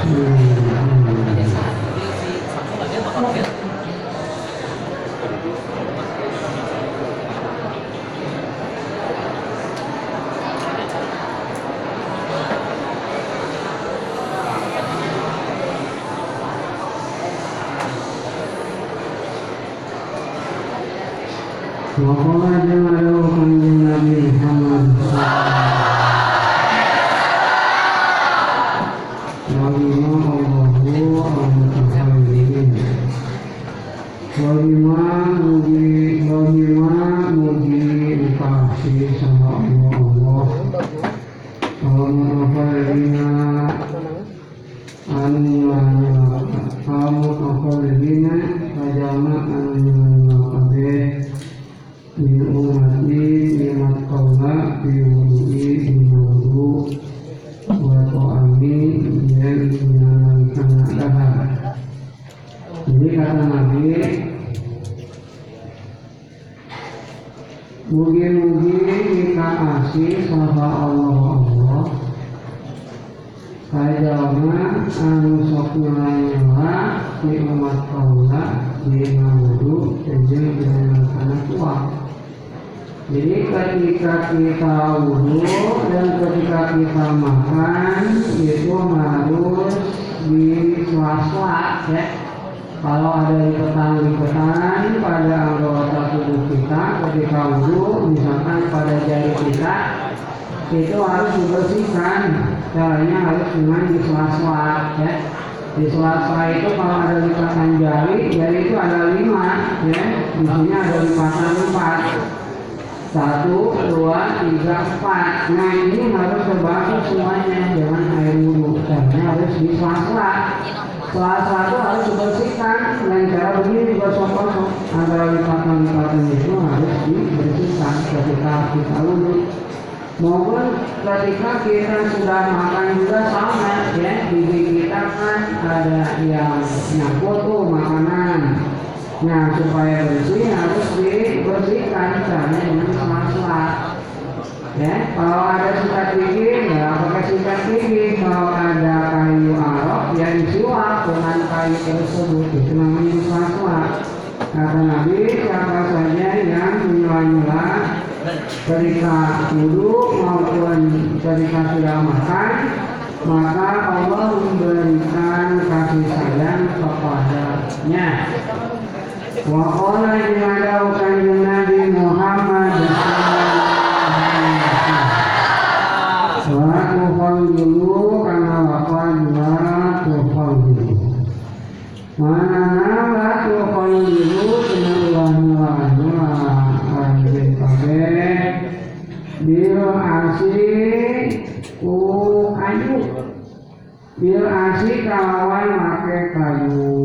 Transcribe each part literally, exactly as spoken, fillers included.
Wakola jemaah kanjeng Nabi Muhammad Wabima Allahu al-Mutakhalirin Wabima mugi Wabima mugi ukasi sama Allah Al-Mutakhalirin Al-Mutakhalirin Al-Mutakhalirin Rajama Al-Mutakhalirin min umati limat kaula fi wudu'i wudu wa ta'ami yang menyalankan dahar. Jadi kata Nabi, mugi-mugi kita asih sama Allah Allah kajama anu sok nyala di umat kaula di wudu jeung menyalankan kuat. Jadi ketika kita wudhu dan ketika kita makan itu harus di sela-sela ya. Kalau ada lipatan-lipatan pada anggota tubuh kita ketika wudhu, misalkan pada jari kita, itu harus dibersihkan. Caranya harus dengan di sela-sela ya. Di sela-sela itu kalau ada lipatan jari, jari itu ada lima ya. Di sini ada lipatan empat. Satu, dua, tiga, empat. Nah ini harus terbasuh semuanya dengan air wudhu. Caranya harus di sela-sela. Sela-sela itu harus dibersihkan. Dan cara begini digosok-gosok. Antara lipatan-lipatan itu harus dibersihkan ketika kita wudhu. Maupun ketika kita sudah makan juga sama ya. Di kita kan ada yang nyangkut tuh makanan. Nah supaya bersih harus dibersihkan caranya dengan sela-sela. Ya, kalau ada sikat gigi ya pakai sikat gigi. Kalau ada kayu arok ya disiwak dengan kayu tersebut. Itu namanya sela-sela. Kata Nabi, siapa saja yang menyela-nyela ketika wudhu maupun ketika sudah makan, maka Allah memberikan kasih sayang kepadanya. Wa qala jemaah kanjeng Nabi Muhammad wa tuqallilu kana wa qala tuqallilu mana la tuqallilu kana ulah anjing kabeh bil asih ku kayu bil asih kawan make kayu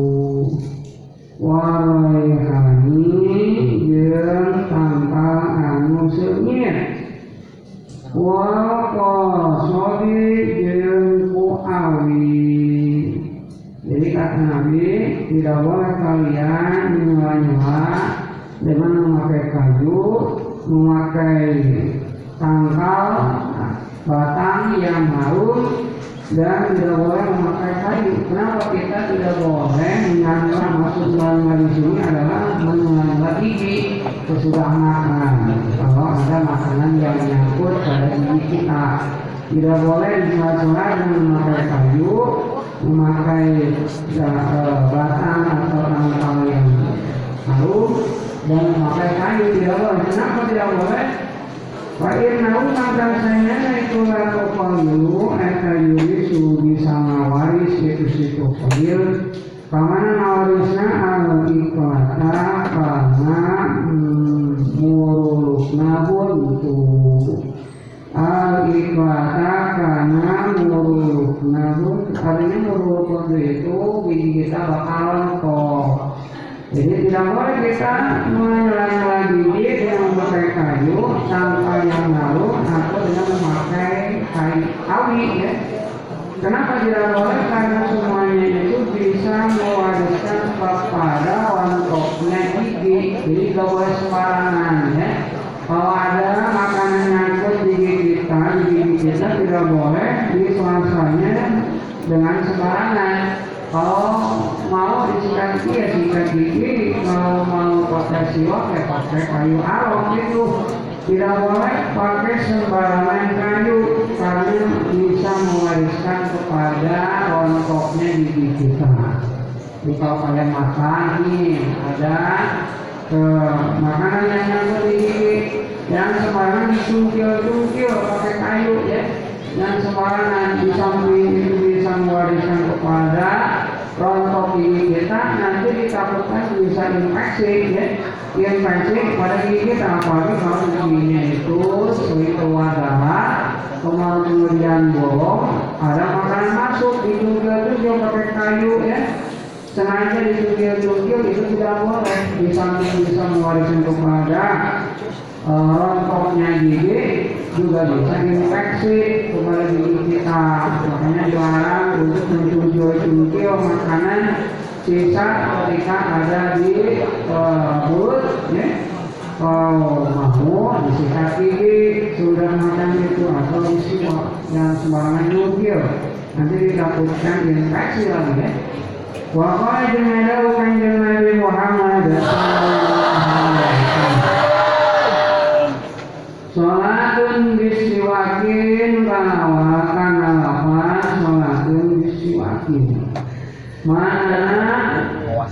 waraihani jeung tangkal anu seungit wa qasobi jeung ku awi. Jadi kata Nabi, tidak boleh kalian nyela-nyela dengan memakai kayu, memakai tangkal batang yang halus, dan tidak boleh memakai kayu. Kenapa kita tidak boleh menyela? Maksud menyela di sini adalah menyela gigi sesudah makan. Kalau ada makanan yang menyangkut pada gigi kita, tidak boleh menyela dengan memakai kayu, memakai uh, batang atau tangkal yang halus, dan memakai kayu tidak boleh. Kenapa tidak boleh? Wa innahu mangkasanya itu laku qalu eta yurisu bisa ngawaris itu situ fadil pamana ngawarisna al iqlata kana murulukna buntu al iqlata kana murulukna buntu artinya murulukna itu biji kita bakalan kok. Jadi tidak boleh kita menyela-nyela gigi dengan memakai kayu sampai yang lalu atau dengan memakai kayu awi ya. Kenapa tidak boleh? Karena semuanya itu bisa mewariskan kepada wantoknya gigi. Jadi tidak boleh sembarangan ya. Kalau ada makanan nyangkut di gigi kita, di gigi kita tidak boleh di selasanya dengan sembarangan. Kalau mau disikat gigi ya sikat gigi, kalau mau pakai siwak ya pakai kayu arok gitu. Tidak boleh pakai sembarangan kayu karena bisa mewariskan kepada rontoknya gigi kita. Jadi kalau kalian makan nih ada ke makanan yang nyangkut di gigi, yang sembarangan dicungkil-cungkil pakai kayu ya, yang sembarangan di samping itu bisa mewariskan kepada rontok gigi kita, nanti ditakutkan bisa infeksi ya, infeksi pada gigi kita, apalagi kalau giginya itu sering keluar darah, kemudian bolong, ada makanan masuk, dicungkil-cungkil pakai kayu ya, sengaja dicungkil-cungkil itu tidak boleh, di samping bisa mewariskan kepada uh, rontoknya gigi, juga bisa infeksi kepada gigi kita. Makanya dilarang untuk mencungkil-cungkil makanan sisa ketika ada di uh, mulut ya. Kalau mau disikat gigi sudah makan itu atau disiwak, yang sembarangan cungkil, nanti ditakutkan infeksi lagi ya. Wa qala jannatu kanjeng Nabi Muhammad sallallahu alaihi wasallam sholatun bisiwakin bahwa kana lafaz sholatun bisiwakin mana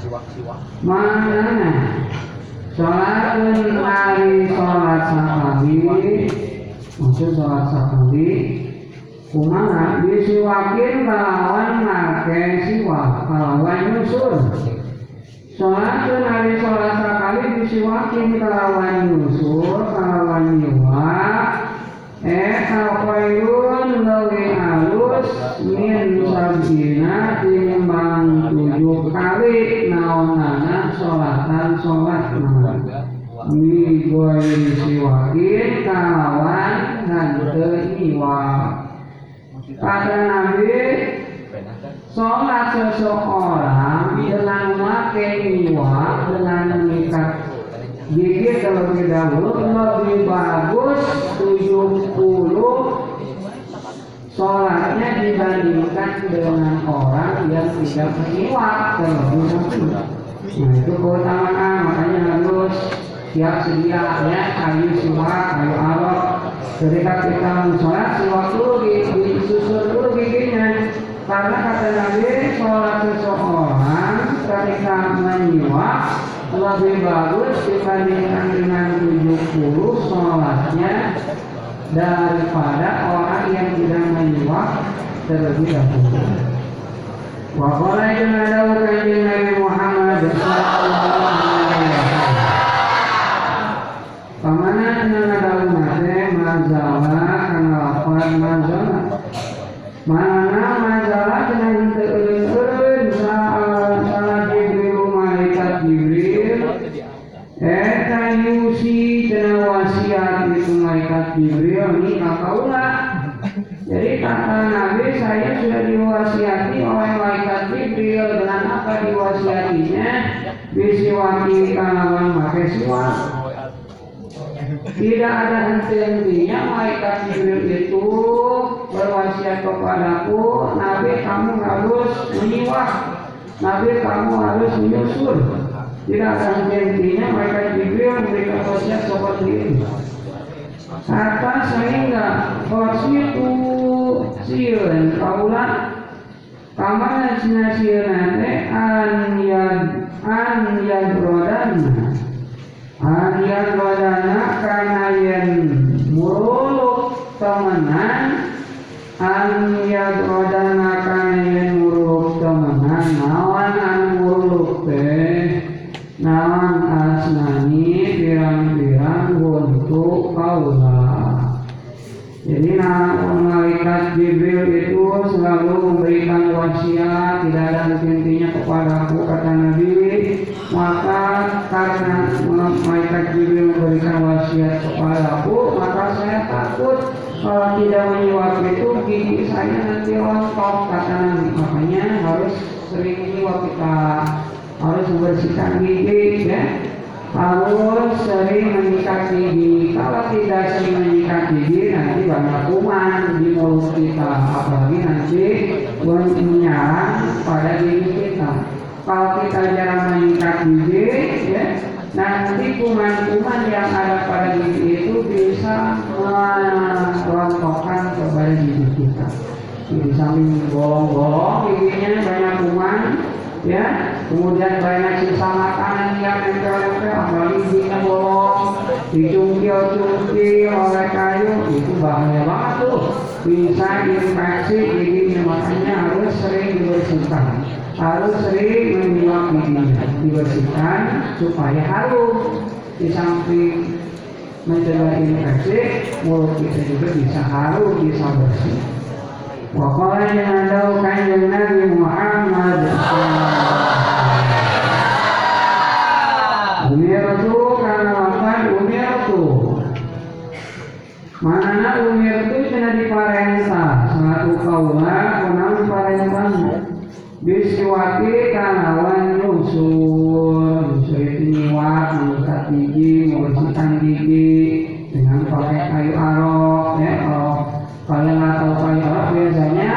mana sholatun hari sholat sakabi, maksud sholat sakabi kumaha bisiwakin kalawan make siwak kalawan nyusun. Sholatun hari sholat sekali bisiwakin kalawan nyusul kalawan nyiwak eh kakoyun lewi alus min sabina timbang tujuh kali naonana sholatan sholat migoy bisiwakin kalawan hante nyiwak. Kata Nabi, sholat seseorang dengan memakai nyiwak, dengan mengikat gigi terlebih dahulu lebih bagus tujuh puluh sholatnya dibandingkan dengan orang yang tidak menyiwak terlebih dahulu. Nah itu keutamaan, makanya harus siap sedia ya kayu siwak, kayu arok. Ketika kita sholat siwak dulu, disusun dulu giginya. Karena kata Nabi, sholat seseorang ketika menyiwak lebih bagus dibandingkan dengan tujuh puluh sholatnya daripada orang yang tidak menyiwak terlebih dahulu. Wa qala jannatu kanjeng Nabi Muhammad sallallahu alaihi wasallam pamana nana mate mazalah kana lafaz mazalah mana mazalah dengan teureun saat saat Jibril malaikat Jibril eta yusi cenah wasiat itu malaikat Jibril ni kaula. Jadi kata Nabi, saya sudah diwasiati oleh malaikat Jibril. Dengan apa diwasiatinya? Bisiwaki kalawan pakai siwak. Tidak ada henti-hentinya malaikat Jibril itu berwasiat kepadaku, Nabi kamu harus menyiwak, Nabi kamu harus menyusul. Tidak ada henti-hentinya malaikat Jibril memberikan wasiat seperti itu. Kata sehingga wasiatu sieun kaula kamana cenah sieun teh an yad an yadrodana an yadrodana kana yen muruluk temenan an yadrodana kana yen muruluk temenan nawan an muruluk teh nawan asnani pirang-pirang untuk kaula. Jadi nah, malaikat Jibril itu selalu memberikan wasiat, tidak ada henti-hentinya kepadaku, kata Nabi. Maka karena malaikat Jibril memberikan wasiat kepadaku, maka saya takut kalau tidak menyiwak itu gigi saya nanti rontok, kata Nabi. Makanya harus sering menyiwak, kita harus membersihkan gigi ya. harus sering menyikat gigi. Kalau tidak sering menyikat gigi nanti banyak kuman di mulut kita, apalagi nanti menyerang pada gigi kita. Kalau kita jarang menyikat gigi, ya, nanti kuman-kuman yang ada pada gigi itu bisa merontokkan kepada gigi kita. Di samping bolong-bolong giginya banyak kuman, ya, kemudian banyak sisa makanan yang nempel-nempel, apalagi giginya bolong, dicungkil-cungkil oleh kayu, itu bahaya banget tuh, bisa infeksi giginya. Makanya harus sering dibersihkan, harus sering menyimak giginya, dibersihkan supaya harum. Di samping mencegah infeksi, mulut kita juga bisa harum, bisa bersih. Waqala jangan kanjeng Nabi Muhammad umirtu karena lapan umirtu manana umirtu cina diparenta satu kaula kunang parentang bisiwaki kalawan nusul nusul itu nyiwak mengikat gigi, membersihkan gigi dengan pakai kayu arok, ya. Kalau kalian nggak tahu kayu arok, biasanya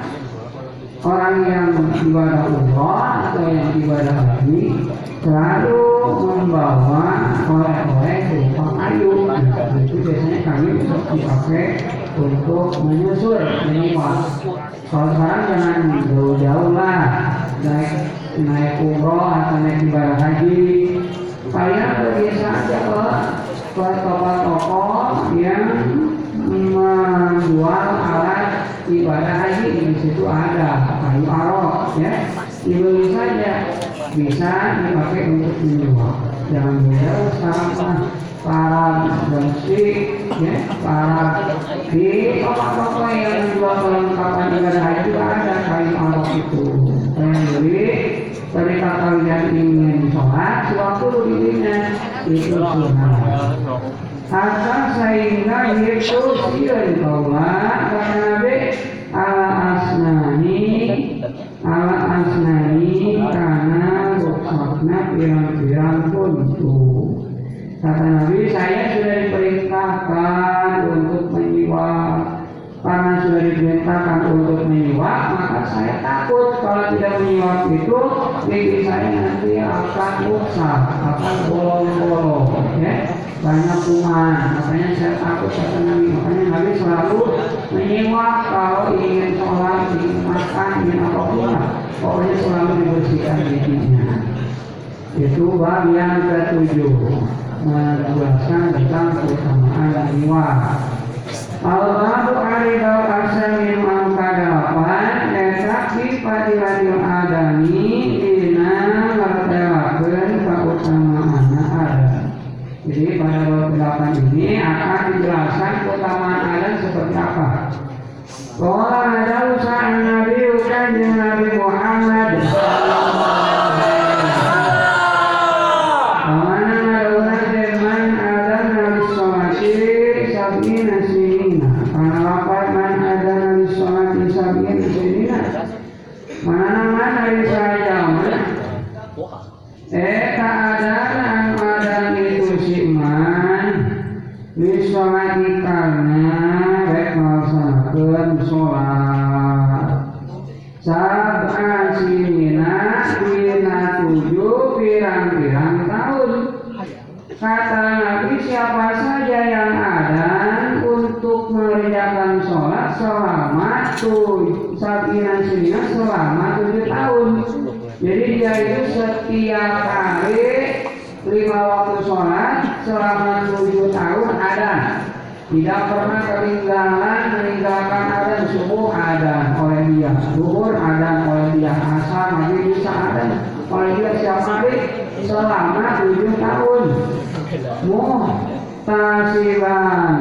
orang yang ibadah umroh atau yang ibadah haji selalu membawa oleh-oleh berupa kayu. Nah, itu biasanya kayu dipakai untuk menyusul, menyiwak. Kalau sekarang jangan jauh-jauh lah, naik naik umroh atau naik ibadah haji, kalian berbiasa aja ke toko-toko yang menjual alat ibadah haji. Di situ ada kayu arok, ya, dibeli saja, bisa dipakai untuk menjual. Jangan jauh sekarang mah para musik, ya, para di toko-toko yang menjual perlengkapan ibadah haji ada kayu arok itu. Kalian beli ketika kalian ingin sholat, sewaktu dirinya itu sunnah. Hatta sehingga itu sian kaulah karena nabi ala asnani ala asnani karena ruksakna pirang-pirang kuntu. Kata Nabi, saya sudah diperintahkan untuk menyiwak. Karena sudah diperintahkan untuk menyiwak, maka saya takut kalau tidak menyiwak itu gigi saya nanti akan rusak, akan bolong-bolong, ya, banyak kuman. Makanya saya takut, kata Nabi. Makanya Nabi selalu menyiwak kalau ingin sholat, ingin makan, ingin apapun, pokoknya selalu dibersihkan giginya. Itu bab yang ketujuh, menjelaskan tentang keutamaan menyiwak. Allahu aridau asami mangkadapan etak di padiladil adami dina ngertelakeun keutamaan ada. Jadi pada bab delapan ini akan dijelaskan keutamaan ada seperti apa. Qala ada usaha Nabi kanjeng Nabi Muhammad mana-mana dari saja eh keadaan adan itu siman disolati karena rek melaksanakan sholat sab'an sinina dina tujuh pirang-pirang tahun. Kata Nabi, siapa saja yang adan untuk mengerjakan sholat selama tujuh sab'ina sinina selama tujuh tahun. Jadi dia itu setiap hari lima waktu sholat selama tujuh tahun adan. Tidak pernah ketinggalan meninggalkan adan. Subuh adan oleh dia, zuhur adan oleh dia, asar maghrib bisa adan oleh dia setiap hari selama tujuh tahun. Muhtasiban,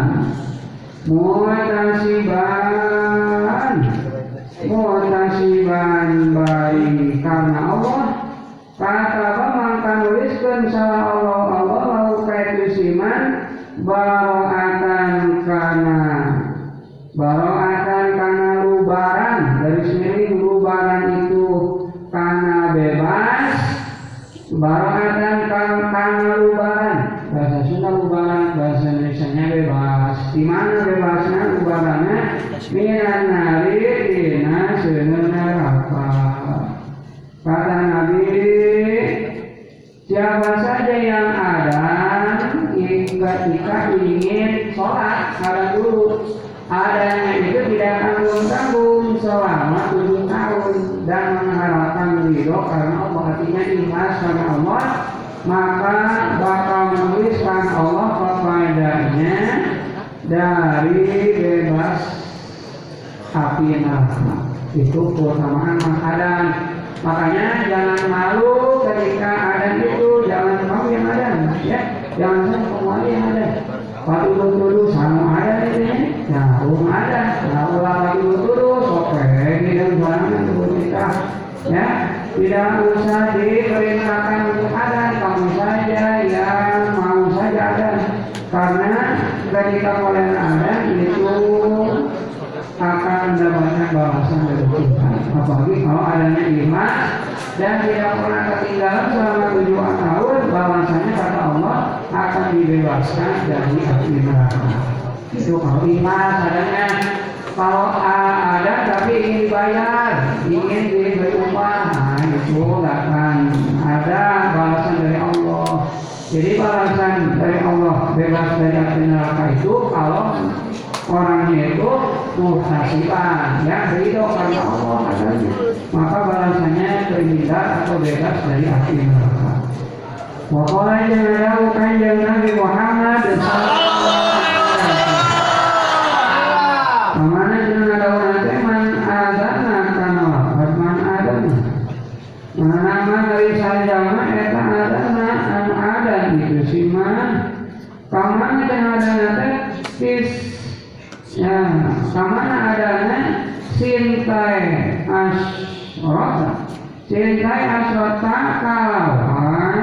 muhtasiban, muhtasiban baik karena Allah. Kata mangka nuliskeun salah Allah Allah lau kaitu siman baroatan kana baroatan kana lubaran, dari sini lubaran itu kana bebas, baroatan kana lubaran tujuh tahun dan mengharapkan ridho karena Allah, artinya ikhlas karena Allah, maka bakal menuliskan Allah kepadanya dari bebas api neraka. Itu keutamaan menghadan. Makanya jangan malu ketika adan itu, jangan kamu yang adan, ya, jangan saya kamu yang adan. Waktu dulu sama adan itu, ya, belum ada. Nah, ulah waktu dulu, sopeng di dalam jangan dulu kita, ya, tidak usah diperintahkan untuk adan, kamu saja yang mau saja adan. Karena ketika kalian adan itu akan mendapatkan balasan dari Tuhan. Apalagi kalau adanya iman dan tidak pernah ketinggalan selama tujuan tahun, balasannya kata Allah akan dibebaskan dari api neraka. Itu kalau iman adanya. Kalau ada tapi ingin dibayar, ingin diberi upah, nah itu tidak akan ada balasan dari Allah. Jadi balasan dari Allah bebas dari api neraka itu kalau orangnya itu muhtasiban, ya, ridho karena Allah adanya, maka balasannya terhindar atau bebas dari api neraka. Waqala jalla kanjeng Nabi Muhammad sallallahu alaihi wasallam. Mana jeung daun teh man adana kana wafat man adana. Mana dari sajama eta adana an adan itu siman. Kamana teh adana teh tis ya, kamana adanya sintai asrota, sintai asrota kalawan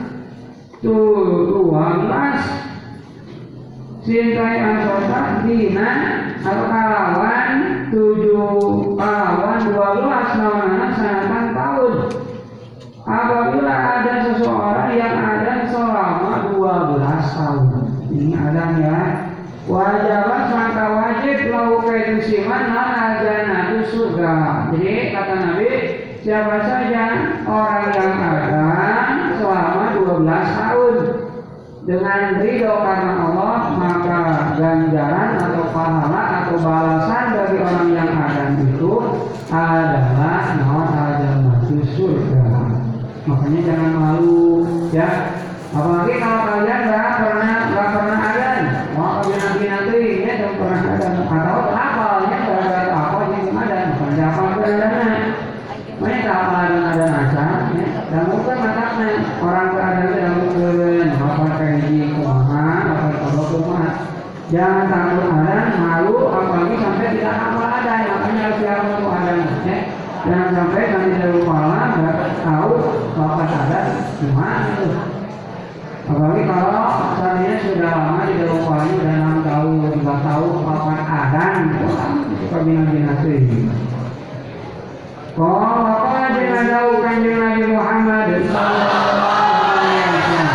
dua belas, sintai asrota dina atau kalawan tujuh kalawan dua belas namanya sanatan tahun. Apabila ada seseorang yang ada selama dua belas tahun, ini adanya. Wajabat maka wajib laukai itu siman al-jannah itu surga. Jadi kata Nabi, siapa saja orang yang ada selama dua belas tahun dengan ridho karena Allah, maka ganjaran atau pahala atau balasan bagi orang yang ada itu adalah naon al-jannah itu surga. Makanya jangan malu, ya. Apalagi kalau kalian nggak pernah nggak pernah ada, mau kalian nanti nanti ya jangan pernah ada, atau apalnya nggak ada apa yang ada, bukan siapa ada, mereka apa ada ada nasa, ya. Dan mungkin mataknya orang keadaan tidak mungkin apa kaji kumaha, apa kalau kumaha, jangan takut ada, malu, apalagi sampai tidak apa ada, makanya harus siapa itu ada, ya. Jangan sampai nanti dari kepala nggak tahu bapak ada gimana itu. Apalagi kalau misalnya sudah lama di dalam kepalanya sudah enam tahun, tiga tahun, kapan adan, itu kan suka bina-bina ini. Kalau bapak jangan tahu kanjeng Nabi Muhammad sallallahu alaihi wasallam.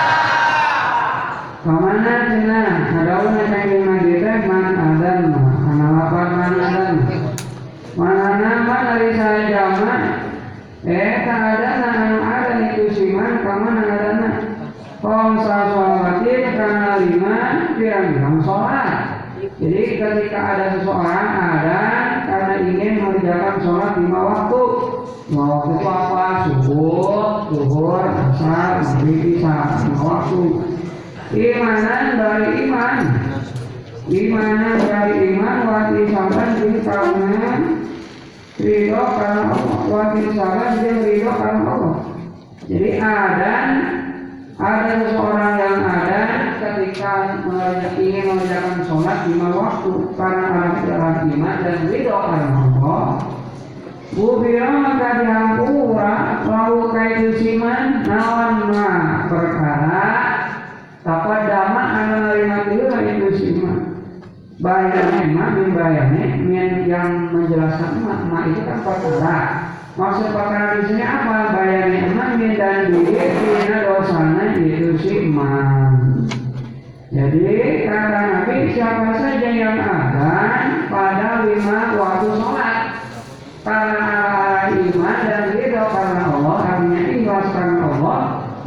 Kemana cina? Adaunya kanjeng Nabi teh man adan, mana lapan man adan. Mana nama dari saya jama? Eh tak ada nama ada itu siman, kemana adana? Komsa sholatin karena lima pirang-pirang sholat. Jadi ketika ada seseorang ada karena ingin mengerjakan sholat lima waktu. Lima waktu itu apa? Subuh, zuhur, asar, maghrib, isya. Lima waktu. Imanan dari iman. Imanan dari iman wati saban jadi karena ridho karena Allah. Wati saban jadi ridho karena Allah. Jadi adan ada seseorang yang ada ketika ingin mengerjakan sholat lima waktu karena alam dalam iman dan ridho karena Allah. Bubira maka dihampura lalu kaitu siman nawan ma perkara dapat dama anu narima tilu itu siman. Bayarnya emak membayarnya yang menjelaskan emak emak itu kan perkara. Maksud perkara di sini apa? Bayarnya emak dan diri dina dosanya itu si iman. Jadi kata Nabi siapa saja yang akan pada lima waktu sholat karena iman dan ridho karena Allah, artinya ikhlas karena Allah,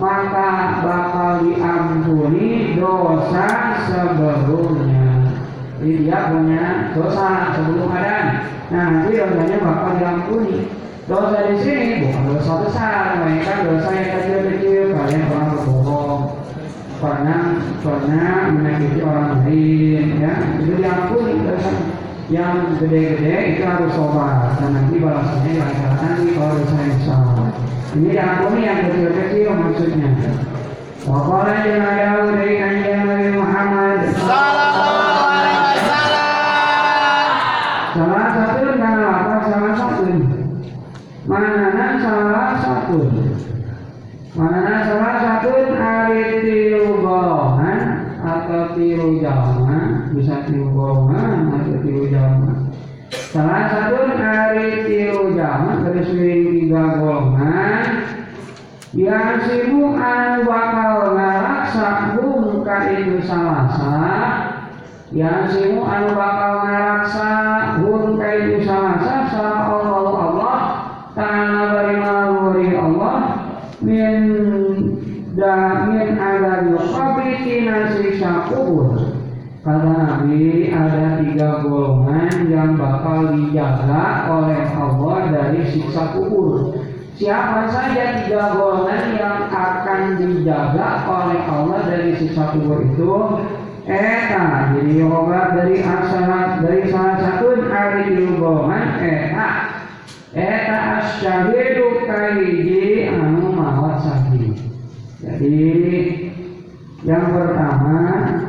maka bakal diampuni dosa sebelumnya. Jadi dia punya dosa sebelum adzan. Nah, nanti dosanya bakal diampuni. Dosa di sini bukan dosa besar, melainkan dosa yang kecil-kecil. Kalian pernah berbohong, pernah pernah menyakiti orang lain, ya itu diampuni. Dosa yang gede-gede itu harus tobat, dan nanti balasannya dilancarkan nanti kalau dosa yang besar. Ini diampuni yang kecil-kecil maksudnya. Waqala jangan jauh dari kanjeng Nabi Muhammad sallallahu alaihi wasallam. Salah satu karena apa? Salah satu. Manana salah satu. Manana salah satu ari tilu golongan atau tilu jalma, bisa tilu golongan atau tilu jalma. Salah satu ari tilu jalma terus tiga golongan. Yang simu anu bakal ngaraksa hum ka itu salasa. Yang simu anu bakal ngaraksa hum ka itu salasa sa Allah Allah ta'ala bari Allah min da min ada qabri tina siksa kubur. Kata Nabi ada tiga golongan yang bakal dijaga oleh Allah dari siksa kubur. Siapa saja tiga golongan yang akan dijaga oleh Allah dari siksa kubur itu? Eta, jadi obat dari asal dari salah satu hari tilu golongan. Eta, eta asyahidu kaiji anu mawat syahid. Jadi yang pertama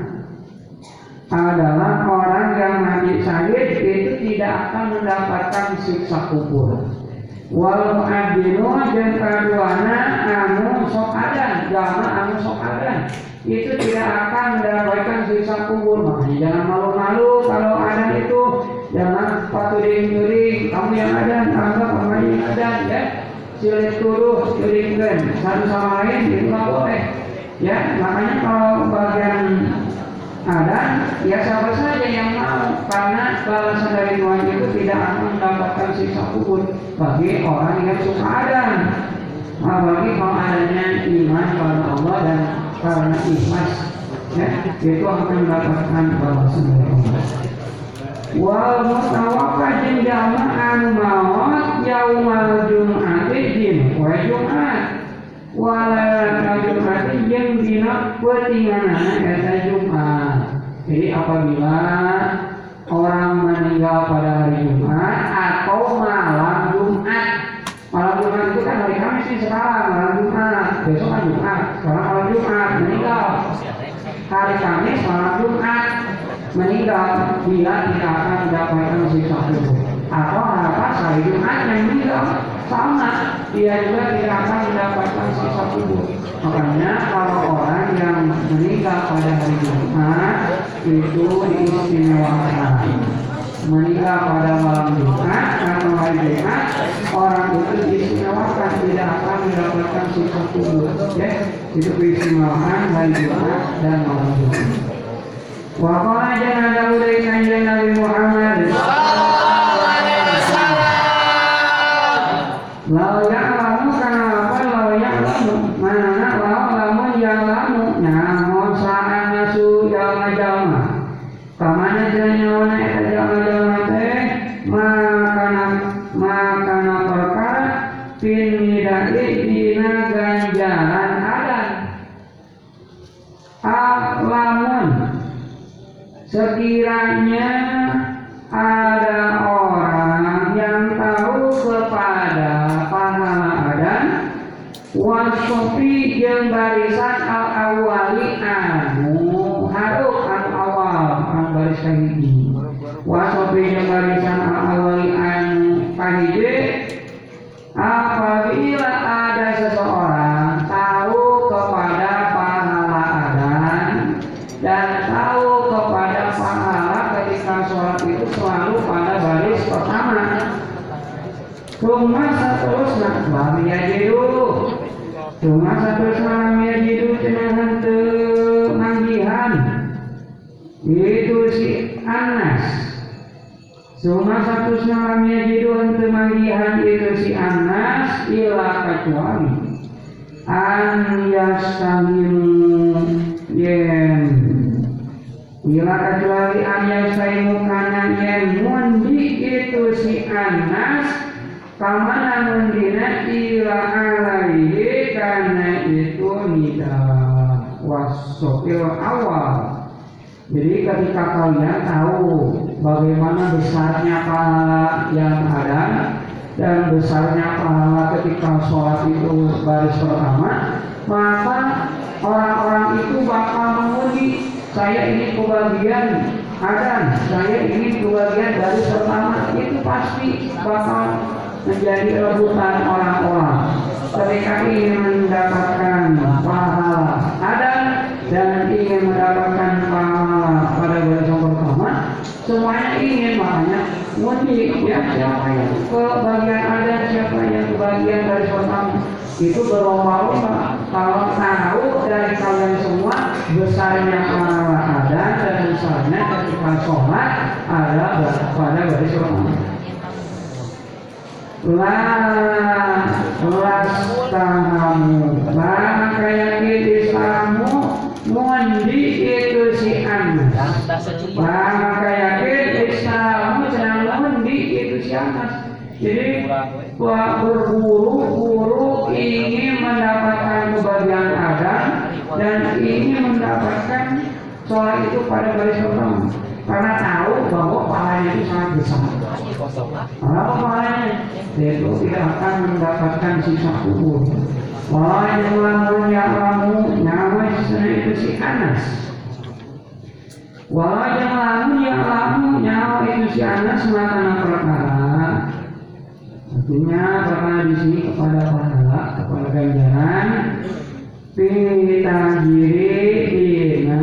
adalah orang yang mati syahid itu tidak akan mendapatkan siksa kubur. Wal mu'adzinu jeung kaduana anu sok adan, jalma anu sok adan itu tidak akan mendapatkan siksa kubur. Makanya jangan malu-malu kalau adan itu, jangan paturing-turing kamu yang adan, anggap kamu yang adan ya. Silit tuduh, turingkeun satu sama lain itu nggak boleh. Ya, makanya kalau bagian adan ya siapa saja yang mau, karena balasan dari Tuhan itu tidak akan mendapatkan siksa kubur bagi orang yang suka adan. Apalagi kalau adanya iman kepada Allah dan karena ikhlas, ya itu akan mendapatkan balasan dari Allah. Wal mutawaffah jeung jalma anu maot yaumal jum'ati din wa jum'at wala jum'ati jeung dina peutinganana eta Jumat. Jadi apabila orang meninggal pada hari Jumat atau malam Jumat. Malam Jumat itu kan hari Kamis nih sekarang, malam Jumat. Besok kan Jumat, sekarang malam Jumat meninggal. Hari Kamis malam Jumat meninggal, dia tidak akan mendapatkan siksa kubur. Atau harapan hari Jumat yang meninggal sama, dia juga tidak akan mendapatkan siksa kubur. Makanya kalau orang yang meninggal pada hari Jumat itu diistimewakan. Meninggal pada malam Jumat atau hari Jumat, orang itu diistimewakan, tidak akan mendapatkan siksa kubur. Ya, itu keistimewaan hari Jumat dan malam Jumat. Waqala jangan jauh dari kanjeng Nabi Muhammad sallallahu alaihi wasallam. Lau ya'lamu kana apa lau ya'lamu mana lau lamun ya'lamu namun sa'an nasu jalma-jalma kamana janyawana eta jalma-jalma teh makana makana perkara pinidai dina ganjaran adan alamun sekiranya ada orang yang tahu kepada pahala adan wasofi jeung barisan al-awwali anu haruk anu awal anu baris kahiji wasofi jeung barisan al-awwali anu kahiji. Apabila ada seseorang tahu kepada pahala adan dan tahu kepada pahala ketika sholat itu selalu pada baris pertama. Cuma seterusnya lam yajidu. Cuma seterusnya lam yajidu cenah henteu manggihan. Itu si Anas. Cuma seterusnya lam yajidu henteu manggihan itu si Anas ila kecuali an yastahimu yen Bila kecuali ayat saimu kana yang mundi itu si Anas kamana mundina ila alaihi kana itu nida wasopil awal. Jadi ketika kalian tahu bagaimana besarnya pahala yang ada dan besarnya pahala ketika sholat itu baris pertama, maka orang-orang itu bakal menguji, saya ini kebagian adzan, saya ini kebagian baris pertama. Itu pasti bakal menjadi rebutan orang-orang ketika ingin mendapatkan pahala adzan dan ingin mendapatkan pahala pada barisan pertama, semuanya ingin, makanya mudik ya, siapa yang kebagian ada, siapa yang kebagian baris pertama, itu berlomba-lomba. Kalau tahu dari kalian semua besarnya pahala ada dan besarnya ketika sholat ada pada baris pertama. Lah las tahamu lah kayak gitu Islamu mundi itu si Anas lah kayak gitu Islamu sedang mundi itu si Anas. Jadi berburu-buru ingin mendapatkan kebahagiaan adzan dan ingin mendapatkan sholat itu pada baris pertama karena tahu bahwa pahalanya itu sangat besar. Kalau pahalanya itu tidak akan mendapatkan sisa kubur. Wah yang lamun yang lamun nyawa itu si Anas. Wah yang lamun yang lamun nyawa itu si Anas maka perkara. Artinya perkara di sini kepada pahala, kepada ganjaran. Pitajiri dina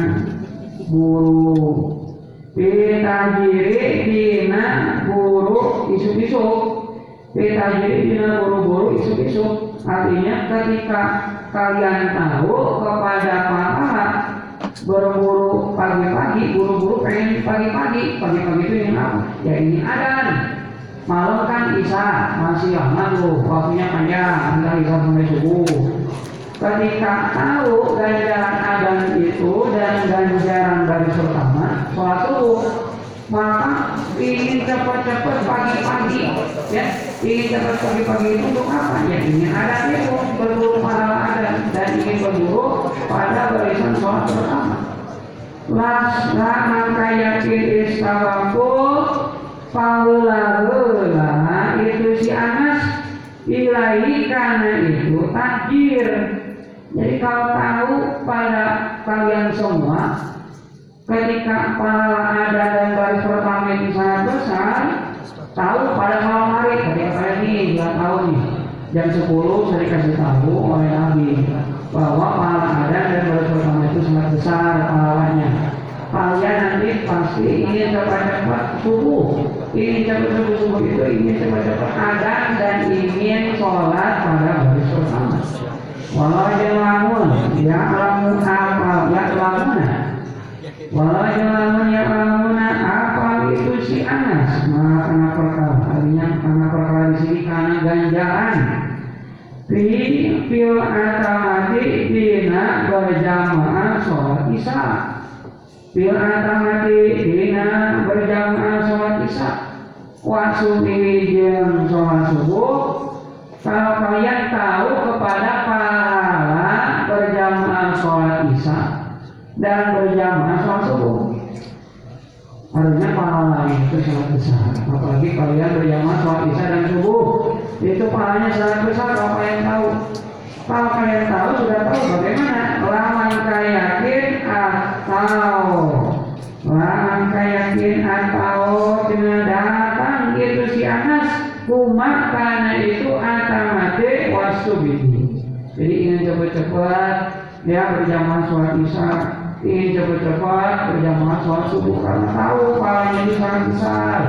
buru, pitajiri dina buru isuk-isuk, pitajiri dina buru-buru isuk-isuk. Artinya ketika kalian tahu kepada pahala berburu pagi-pagi, buru-buru pengen pagi-pagi, pagi-pagi itu yang apa? Ya ini adzan. Malam kan isya masih lama tuh, waktunya panjang, antara isya sampai subuh. Ketika tahu ganjaran adzan itu dan ganjaran baris pertama sholat subuh, maka ingin cepat-cepat pagi-pagi, ya, ingin cepat pagi-pagi itu untuk apa? Ya ingin adzan itu berburu pahala adzan dan ingin berburu pada barisan sholat pertama. Las lama yakin istawaku paula itu si Anas ilahi karena itu takdir. Jadi kalau tahu pada kalian semua ketika pahala ada dan baris pertama itu sangat besar, tahu pada malam hari ketika kalian ini nggak tahu nih jam sepuluh saya dikasih tahu oleh Nabi bahwa pahala ada dan baris pertama itu sangat besar pahalanya. Kalian nanti pasti ingin cepat-cepat subuh, ingin cepat-cepat subuh itu ingin cepat-cepat adzan dan ingin sholat pada baris pertama. Walau jelamun, ya alamun apa, ya lamuna. Walau jelamun, ya lamuna apa itu si Anas. Maka karena perkara, artinya karena perkara di sini karena ganjaran. Fi fil atamati dina berjamaah sholat isya. Fil atamati dina berjamaah sholat isya. Wasubi jeung sholat subuh. Kalau kalian tahu kepada pahala berjamaah sholat isya dan berjamaah sholat subuh, artinya pahala itu sangat besar. Apalagi kalian berjamaah sholat isya dan subuh, itu pahalanya sangat besar. Kalau kalian tahu, kalau kalian tahu sudah tahu bagaimana. Laman kayakin atau laman kayakin atau dengan datang itu si Anas. Kumat karena itu atamate wasubih. Jadi ingin cepat-cepat ya berjamaah sholat isya, ingin cepat-cepat berjamaah sholat subuh karena tahu pahalanya itu sangat besar.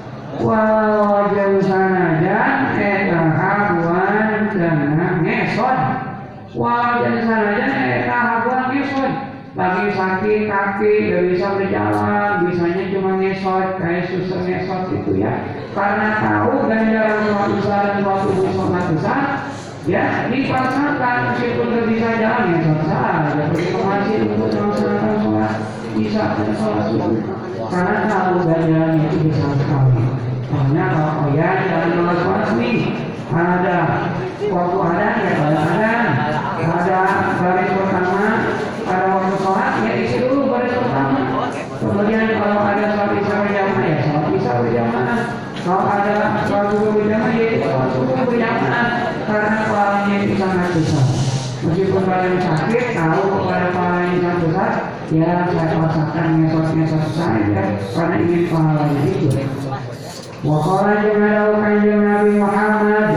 Walau jauh sanajan eta habuan dan ngesot. Walau jauh sanajan eta habuan ngesot. Lagi sakit kaki, gak bisa berjalan, bisanya cuma ngesot, kayak susah ngesot itu ya. Karena tahu ganjaran sholat isya dan sholat subuh sangat besar, ya dipaksakan meskipun gak bisa jalan ya susah. Ya pergi ke masjid untuk melaksanakan sholat bisa sholat subuh karena tahu ganjarannya itu besar sekali. Makanya kalau kalian jangan malas-malas nih, ada waktu ada ya ada ada baris pertama, ada waktu sholat ya isi dulu baris pertama. Kemudian kalau ada sholat isya berjamaah ya sholat isya berjamaah. Kalau ada sholat subuh berjamaah ya sholat subuh berjamaah karena pahalanya itu sangat besar. Meskipun kalian sakit, tahu kepada pahala yang sangat besar, ya saya paksakan ngesot-ngesot saja karena ingin pahalanya itu. Wa qala jama'a kanjeng Nabi Muhammad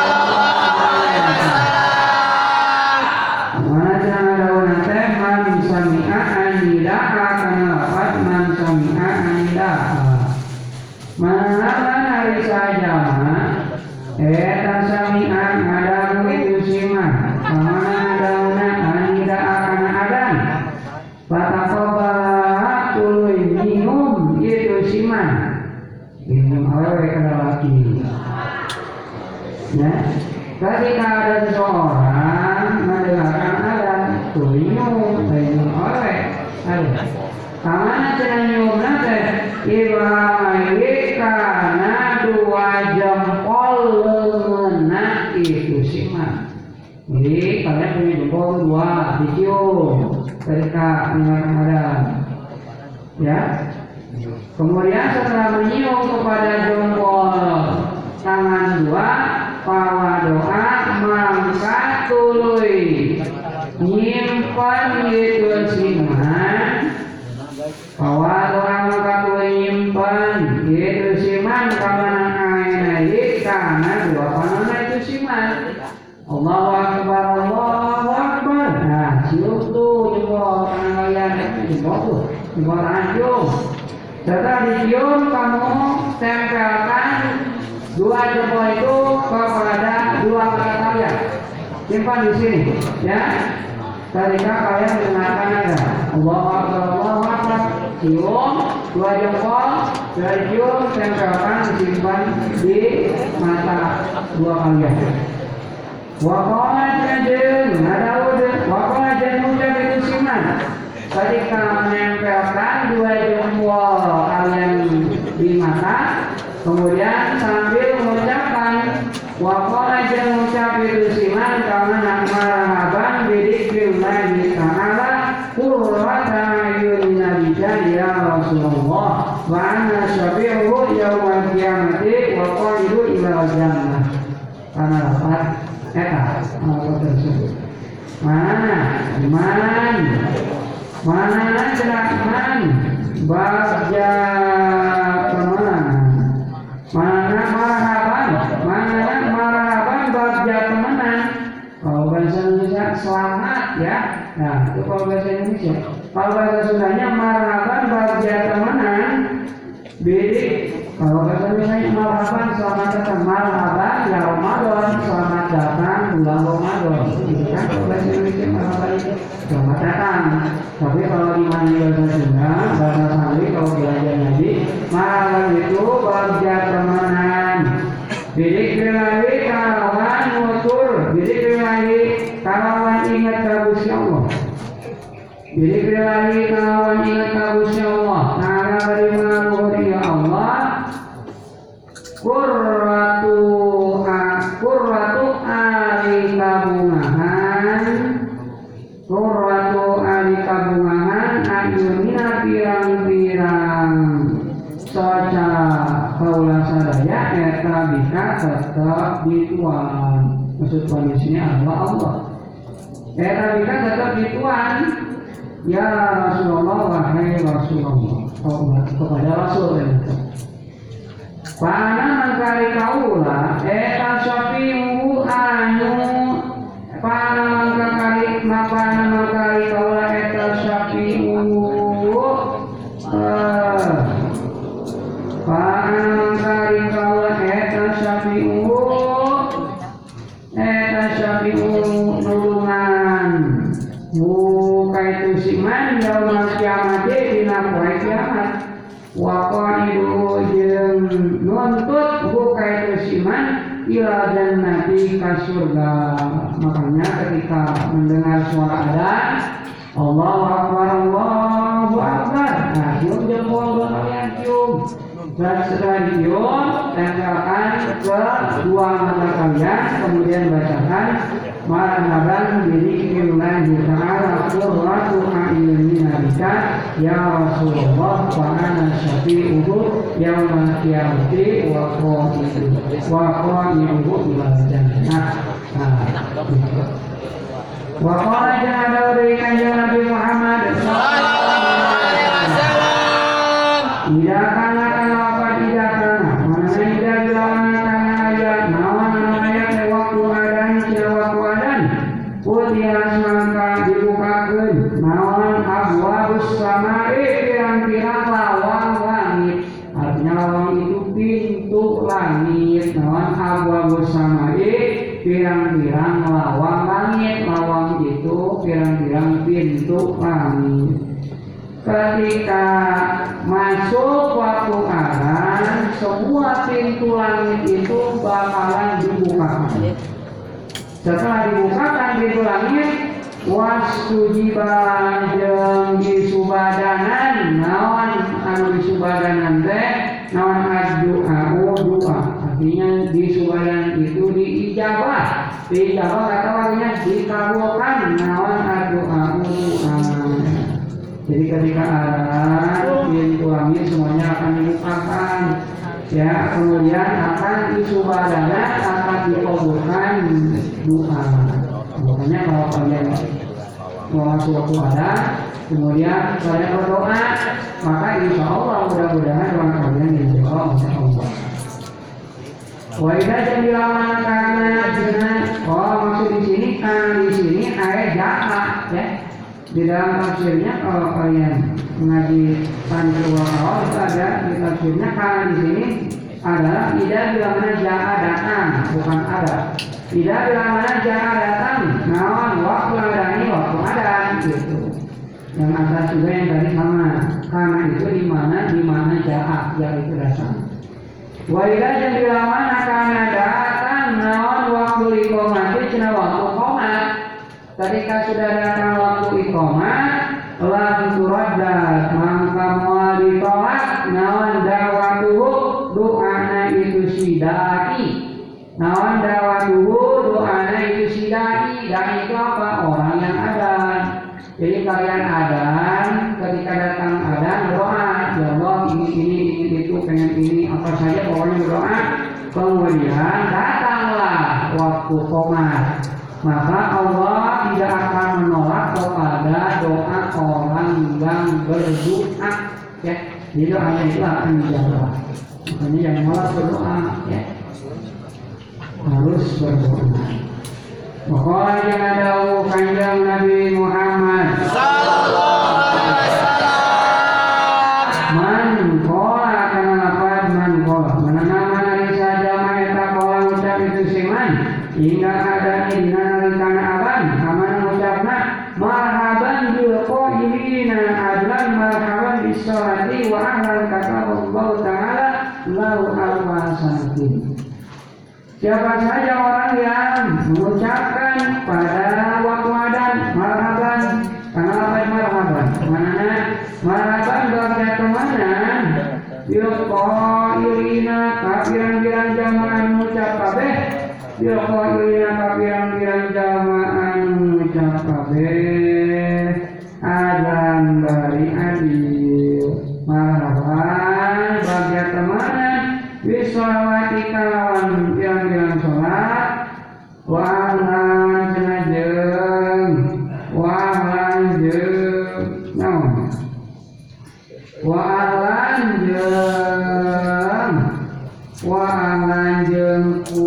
mana jama'a nate man sami'a anida'a kana lapat man sami'a anida'a mana hari saja eta sami'a ngadamu itu siman kamana dauna anida'a kana adan pataqobah tuluy minum itu siman minum awewe kada laki ya ketika ada seseorang mendengarkan adan minum minum awewe ada kamana cenah nyum nate ibae kana dua jempol leungeunna itu siman. Jadi kalian punya jempol dua dicium ketika mendengarkan adan ya. Kemudian setelah menyium kepada jempol tangan dua, pawa doa mangkat tuluy nyimpan itu siman. Pawa doa mangkat tuluy nyimpan itu siman kamana aina kana dua panana itu siman. Allahu akbar, Allahu akbar. Nah, cium tuh jempol tangan kalian, jempol tuh, jempol anjung. Setelah dicium, kamu tempelkan dua jempol itu kepada dua mata kalian. Simpan di sini, ya. Ketika kalian mendengarkan ada Allahu Akbar, Allahu Akbar, cium dua jempol, dari cium tempelkan disimpan di mata dua kalian. Waqala janjeng, Daud, waqala janjeng itu siman. Ketika menempelkan dua jempol kalian di mata, kemudian sambil mengucapkan waqala janjeng ucap itu siman karena nak marhaban bidzikrillahi ta'ala qurrata ayunina bijan ya Rasulullah wa anna syafi'uhu yaumal qiyamati wa qalidu ila jannah. Karena dapat eta apa tersebut. Mana man mana cerakman bagja teman mana marhaban mana marhaban bagja temenan. Kalau bahasa Indonesia selamat ya. Nah itu kalau bahasa Indonesia. Kalau bahasa Sundanya marhaban bagja temenan. Bidik kalau bahasa Indonesia marhaban selamat datang, marhaban ya Ramadan, selamat datang bulan Ramadan. Itu kan kalau bahasa Indonesia marhaban itu selamat datang. Tapi kalau di mana bahasa Sunda, bahasa Sandi kalau belajar ngaji, marhaban itu bagja temenan. Bidik bilahi kawan mutur, bidik bilahi kawan ingat kabusnya Allah. Bidik bilahi kawan ingat kabusnya Allah. Ta'ala dari mengaruhi ya Allah. Qurratu qurratu ali kabungahan qurratu ali kabungahan ayunina pirang-pirang soca kaula sadaya eta bisa tetap dituan. Maksud kondisinya adalah Allah. Eta bisa tetap dituan. Ya Rasulullah, wahai Rasulullah, kepada Rasul itu. Pana mangkari kaula eta syafi'u anu pana mangkari mapana mangkari kaula eta syafi'u pana mangkari kaula eta syafi'u eta syafi'u nulungan buka itu siman yaumul kiamat dina poe kiamat. Wa qaidu jeung nuntut buka itu siman ila jannati ka surga. Makanya ketika mendengar suara adzan Allahu akbar Allahu Allahu Akbar. Nah, cium jempol dua kalian cium. Dan setelah dicium, tempelkan ke dua mata kalian, kemudian bacakan marhaban bidzikrillahi ta'ala qurratu a'yunina bika ya Rasulullah wa ana syafi'uhu yaumal qiyamati wa qa'idu wa qa'idu ila jannah. Wa qala jalla dari kanjeng Nabi Muhammad sallallahu alaihi wasallam, ida kana kana apa ida kana mana ida bilangan kana ayat nawan ayat waktu adan sia waktu adan utias mangka dibukakeun nawan abwabus samai pirang-pirang lawang langit. Artinya lawang itu pintu langit. Nawan abwabus samai pirang-pirang lawang langit. Lawang itu pirang-pirang pintu langit. Ketika masuk waktu adzan, semua pintu langit itu bakalan dibuka. Setelah dibukakan pintu langit, wastujiba jeung disubadanan naon anu disubadanan teh naon addu'a doa. Artinya disubadanan itu diijabah. Diijabah kata artinya dikabulkan naon addu'a doa. Jadi ketika adzan pintu langit semuanya akan dibukakan, ya, kemudian akan disubadanan akan dikabulkan doa. Makanya kalau kalian mau masuk waktu adzan, kemudian kalian berdoa, maka insya Allah mudah-mudahan doa kalian dijawab oleh Allah. Wa idza jamila karena dengan oh maksud di sini kan di sini ayat jaa ya. Di dalam tafsirnya kalau kalian mengaji Tanjil Waqawa itu ada di tafsirnya kan di sini adalah tidak bila mana jaa datang, bukan ada. Tidak bila mana jaa datang, nawan waktu adani waktu adan gitu. Yang atas juga yang tadi sama, karena itu di mana di mana jaa yaitu datang. Waidah yang bila mana karena datang, nawan waktu iqomati cina waktu qomat. Ketika sudah datang waktu iqomah, lan turaddat mangka moal ditolak nawan dawatuhu doana itu sidai. Nawan dawatuhu doana itu sidai. Dan itu apa? Orang yang adan. Jadi kalian adan, ketika datang adan doa, ya Allah ini ini ini itu pengen ini apa saja pokoknya berdoa. Kemudian datanglah waktu qomat, maka Allah tidak akan menolak kepada doa orang yang berdoa. Ya, jadi doanya itu akan dijawab. Makanya yang menolak berdoa, ya, harus berdoa. Pokoknya jangan jauh kanjeng Nabi Muhammad sallallahu alaihi wasallam. Man kola kana lapat man kola. Mana nama nari saja maeta kola ucap itu siman. Hingga ada dina nalikana aban. Kamana ucapna marhaban bil qailina adlan marhaban bis sholati wa ahlan kata Allah taala lau al-wasanatin. Siapa saja orang yang mengucapkan pada waktu adzan marhaban, karena apa marhaban? Mana marhaban berarti kemana? Bilqailina kapiran-piran jamaah mengucap kabeh. Bilqailina kapiran-piran jamaah mengucap kabeh. Adzan dari adil. Marhaban berarti kemana? Bisolawati kalawan yang-yang sholat wa'ahlan jenajeng wa'ahlan jeng naon wa'ahlan jeng wa'ahlan jeng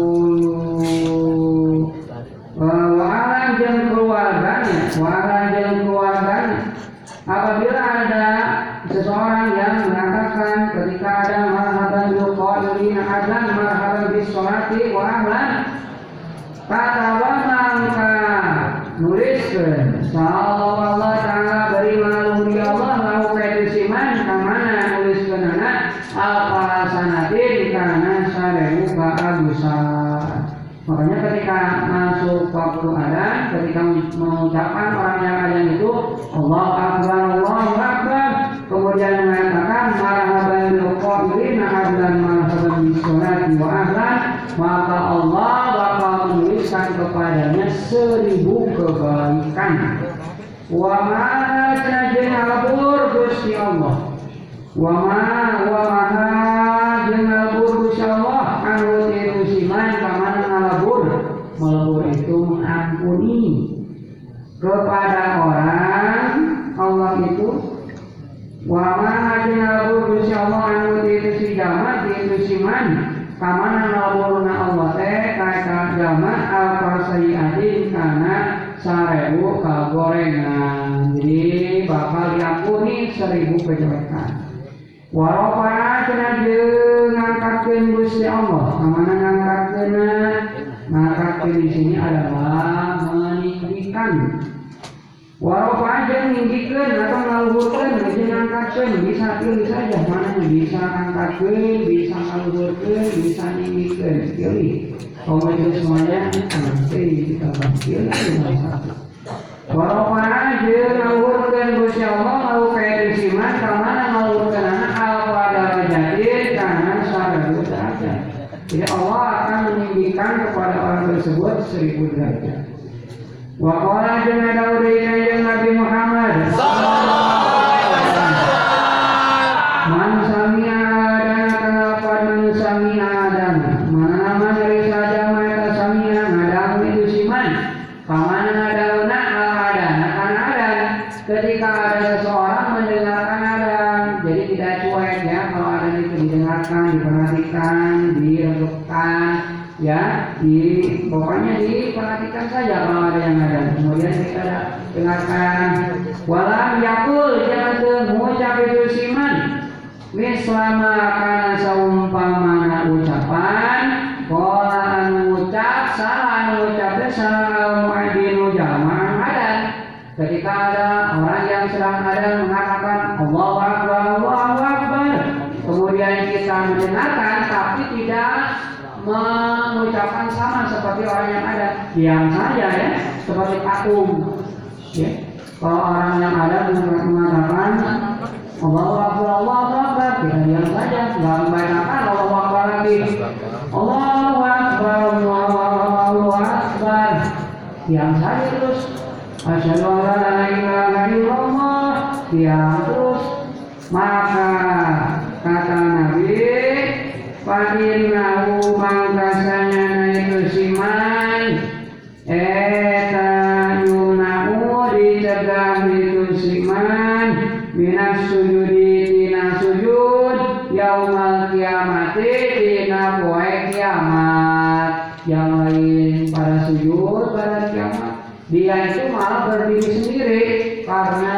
kulu wa'ahlan jeng keluarganya wa'ahlan jeng keluarganya. Apabila ada seseorang yang mengatakan ketika ada marhaban bil qailina adzan marhaban bis sholati wa ahlan kata wa mangka nuliskeun sallallahu Allah taala bari malum di Allah lahu kaitu siman kamana nuliskeunana al-fasanatin kana sarewu ka abusan. Makanya ketika masuk waktu adzan, ketika mengucapkan orang yang adzan itu Allahu Akbar, Allahu Akbar, kemudian mengatakan marhaban bil qailina ahlan marhaban bis sholati wa ahlan, maka Allah bakal menuliskan kepadanya seribu kebaikan. Wa ma jeung ngalebur Gusti Allah. Wa ma wa ma jeung ngalebur Gusti Allah anu tiru siman kamana ngalebur. Melebur itu mengampuni kepada orang Allah itu. Wa ma jeung ngalebur Gusti Allah anu tiru si jama tiru siman kamana ngaleburna Allah teh ka jama al-fasai'atin kana sarebu kagorengan. Jadi bakal diampuni seribu kejelekan. Warofana cenah jeung ngangkatkeun Gusti Allah. Kamana ngangkatkeunna? Ngangkatkeun di sini adalah meninggikan. Warofana jeung ninggikeun atau ngaluhurkeun jeung ngangkatkeun bisa pilih saja mana bisa ngangkatkeun, bisa ngaluhurkeun, bisa ninggikeun. Pilih. Kalau itu semuanya nanti kita pilih satu. Warofana jeung ngaluhurkeun Gusti Allah lalu kayak disiman kamana ngaluhurkeun anak derajat. Jadi Allah akan meninggikan kepada orang tersebut seribu derajat. Wa qala jeung daud kanjeng Nabi Muhammad sallallahu alaihi wasallam. Man sami'a adana kenapa man sami'a adana. Mana dari saja mata sami'a ngadang itu siman. Kamana ngadauna adana kan adan. Ketika ada seseorang mendengarkan adan, jadi tidak cuek ya kalau adan itu didengarkan, diperhatikan, diredupkan, ya, di pokoknya diperhatikan saja kalau ada yang ada. Kemudian kita dengarkan. Walam yakul jangan mengucap itu siman. Mislama kana saumpamana ucapan, qala anu ucap salah anu ucap salah muadzinu jamaah adan. Ketika ada orang yang sedang ada mengatakan Allahu Akbar, Allahu Akbar, kemudian kita mendengarkan tapi tidak mengucapkan sama seperti orang yang ada, diam saja ya, seperti patung. Ya. Kalau orang yang ada mengatakan Allahu Akbar, Allahu Akbar, kita diam saja, nggak membacakan Allahu Akbar lagi. Allahu Akbar, Allahu Akbar, diam saja terus. Asyhadu an la ilaha illallah, diam terus. Maka kata Nabi, fa'innahu mangkasanya itu siman eta yunau dicegah itu siman minas sujudi tina sujud yaumal kiamati tina poe kiamat. Yang lain pada sujud pada kiamat, dia itu malah berdiri sendiri karena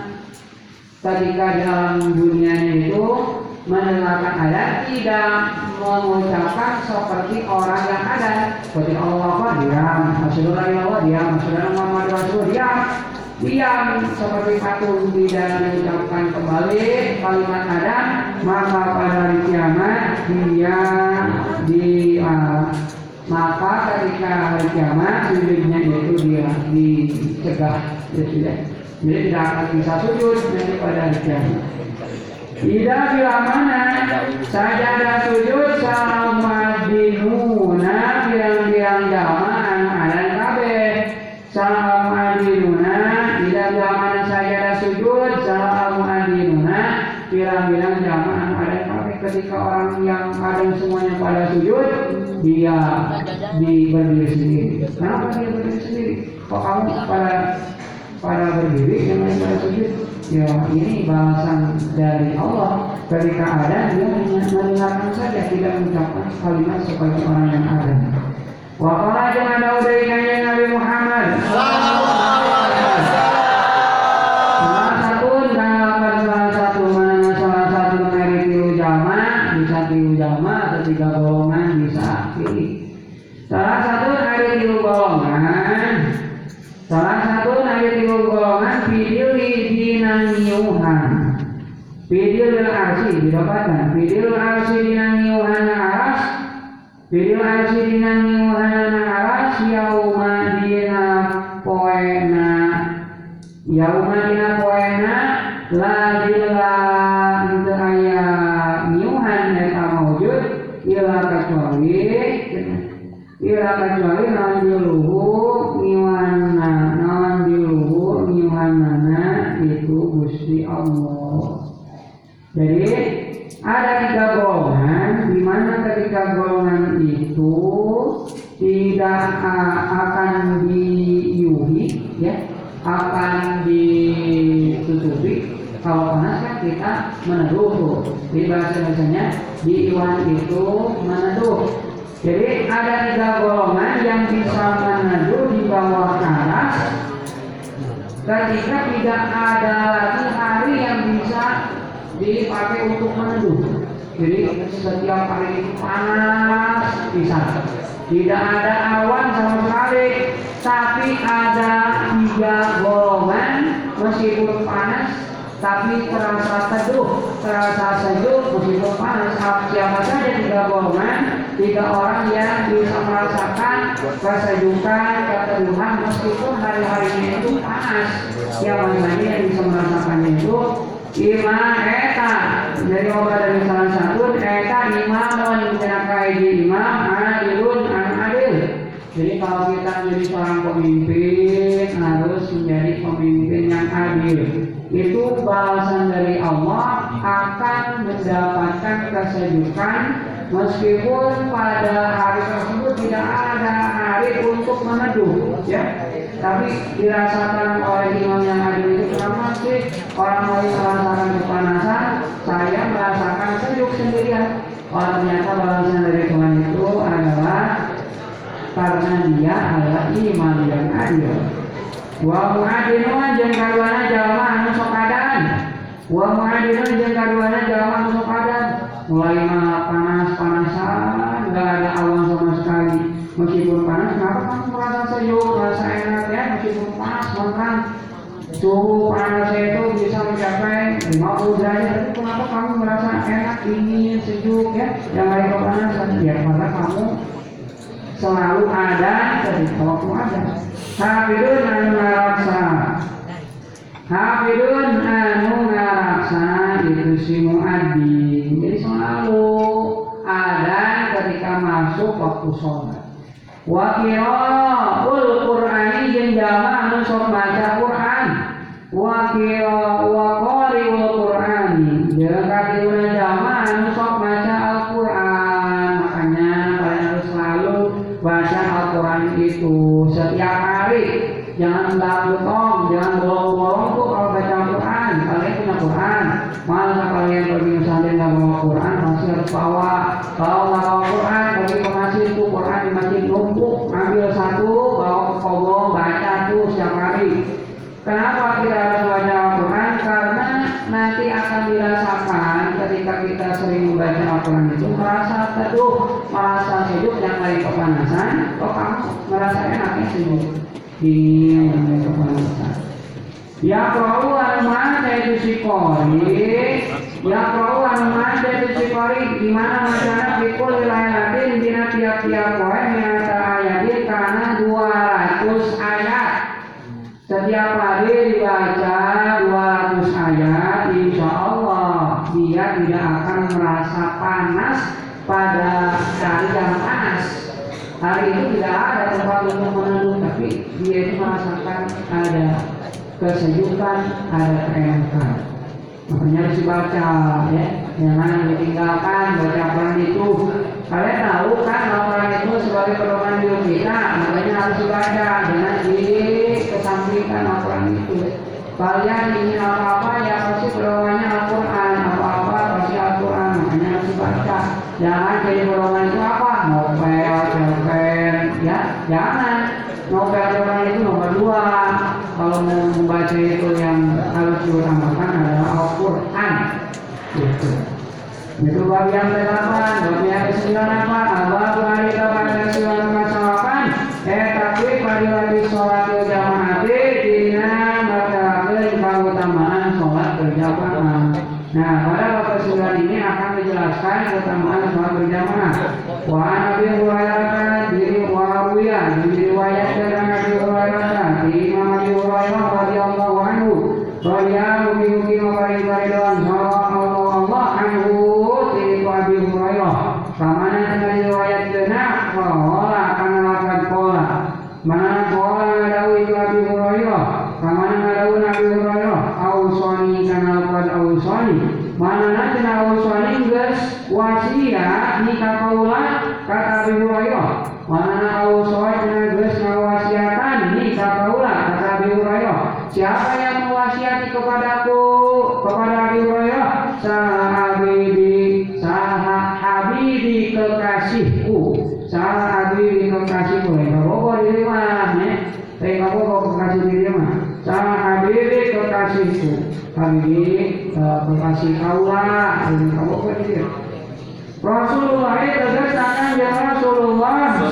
ketika dalam dunianya itu mendengarkan adat tidak mengucapkan seperti orang yang ada. Seperti Allah Akbar diam, Asyhadu an la ilaha illallah diam, Asyhadu anna Muhammadar Rasulullah diam, diam seperti patung tidak mengucapkan kembali kalimat adat. Maka pada hari kiamat dia di uh, maka ketika hari kiamat sujudnya itu dia dicegah, ya sudah. Jadi tidak akan bisa sujud nanti pada hari kiamat. Tidak bila mana sajadah sujud sama dinuna bilang-bilang jamaah adan kabeh sama dinuna. Tidak bila mana sajadah sujud sama dinuna bilang-bilang jamaah adan kabeh. Ketika orang yang ada semuanya pada sujud, dia di berdiri sendiri. Kenapa dia berdiri sendiri? Kok kamu pada pada berdiri yang lain pada sujud? Ya ini balasan dari Allah. Ketika ada dia mendengarkan saja, tidak mengucapkan kalimat seperti orang yang ada. Wa qala jangan ada dari kanjeng Nabi Muhammad sallallahu alaihi wasallam. Salah satu dalam salah satu mana salah satu dari tilu jama bisa tilu jama atau tiga golongan bisa pilih. Salah satu dari tilu golongan. Salah satu dari tilu golongan video dinaniuhan. Video arsy didapatkan. Video arsy dinaniuhan aras. Video arsy dinaniuhan aras yauma dina poena. Yauma dina poena la dila kecuali naon diluhur ngiwana naon diluhur ngiwanana itu Gusti Allah. Jadi ada tiga golongan di mana ketika golongan itu tidak uh, akan diyuhi ya, akan ditutupi. Kalau panas kan kita meneduh tuh. Di bahasa Indonesianya di iwan itu meneduh. Jadi ada tiga golongan yang bisa meneduh di bawah aras ketika tidak ada lagi hari yang bisa dipakai untuk meneduh. Jadi setiap hari itu panas bisa. Tidak ada awan sama sekali, tapi ada tiga golongan meskipun panas tapi terasa teduh, terasa sejuk meskipun panas. Siapa saja tiga golongan, tiga orang yang bisa merasakan kesejukan, keteduhan meskipun hari-harinya itu panas. Siapa saja yang bisa merasakannya itu Imam Eta. Jadi obat dari salah satu Eta imamun menakai di imam adilun an adil. Jadi kalau kita menjadi seorang pemimpin harus menjadi pemimpin yang adil. Itu balasan dari Allah akan mendapatkan kesejukan meskipun pada hari tersebut tidak ada hari untuk meneduh ya. Tapi dirasakan oleh imam yang adil itu kenapa sih orang lain merasakan kepanasan, saya merasakan sejuk sendirian. Oh ternyata balasan dari Tuhan itu adalah karena dia adalah imam yang adil. Wa mu'adinun jeung kaduana jalma anu sok adaan. Wa mu'adinun jeung kaduana jalma anu sok adaan. Mulai mah panas-panasan, enggak ada awan sama sekali. Meskipun panas, kenapa kamu merasa sejuk, merasa enak ya? Meskipun panas, menerang. Suhu panas itu bisa mencapai lima puluh derajat, tapi kenapa kamu merasa enak, dingin, sejuk ya? Yang lain kepanasan, ya karena kamu selalu ada ketika waktu ada. Hafidun anu ngaraksa, Hafidun anu ngaraksa itu si muadzin. Jadi selalu ada ketika masuk waktu sholat. Wa qira'ul Qur'ani jeung jalma anu sok maca Qur'an. Wa qira' wa qari'ul Qur'ani jeung kadina jalma anu sok maca Al-Qur'an. Makanya kalian harus selalu baca Al-Qur'an itu setiap hari. Jangan dangdutong, jangan bolong-bolong tuh kalau baca Al-Qur'an. Kalian punya Qur'an, masa kalian pergi misalnya nggak bawa Qur'an, pasti harus bawa. Kalau nggak bawa Qur'an, pergi ke masjid tuh Qur'an di masjid numpuk, ambil satu, bawa ke kobo, baca tuh setiap hari. Kenapa kita harus baca Al-Qur'an? Karena nanti akan dirasakan ketika kita sering membaca Al-Qur'an itu merasa teduh, merasa sejuk, yang lain kepanasan, kok kamu merasa enaknya sejuk. Dingin dan kepanasan. Ya kalau anu itu si kori, ya kalau anu itu si kori, gimana macamnya pikul wilayatin dina tiap-tiap poin nyata ayatin karena dua ratus ayat. Setiap hari dibaca dua ratus ayat, insya Allah dia tidak akan merasa panas pada hari yang panas. Hari itu tidak ada tempat untuk meneduh, tapi dia itu merasakan ada kesejukan, ada keenakan. Makanya harus dibaca ya, jangan ditinggalkan baca Al-Quran itu. Kalian tahu kan Al-Quran itu sebagai pedoman hidup kita, makanya harus dibaca, jangan dikesampingkan Al-Quran itu. Kalian ingin apa-apa ya pasti pedomannya Al-Quran, apa-apa pasti Al-Quran, makanya harus dibaca. Jangan jadi pedoman itu apa? Novel, cerpen, ya jangan. Novel cerpen itu nomor dua. Kalau mau membaca itu yang harus diutamakan adalah Al-Quran. Gitu. Itu bab yang kedelapan, bab yang kesembilan apa? Abah hari kepada sembilan kesalahan. Eh tapi pada lagi sholat berjamaah dina merasakan keutamaan sholat berjamaah. Nah pada bab kesembilan ini akan menjelaskan keutamaan sholat berjamaah. Wa Nabi Hurairah diri Muawiyah diriwayatkan Nabi Hurairah di Imam Abu Hurairah radhiyallahu anhu. Saya mugi-mugi mabari-bari doang sallallahu Allah anhu diri Abu Hurairah. Kamana dengan riwayat kena, Allah akan melakukan di bekasi kaula ini kamu kecil. Rasulullah itu tegaskan ya Rasulullah.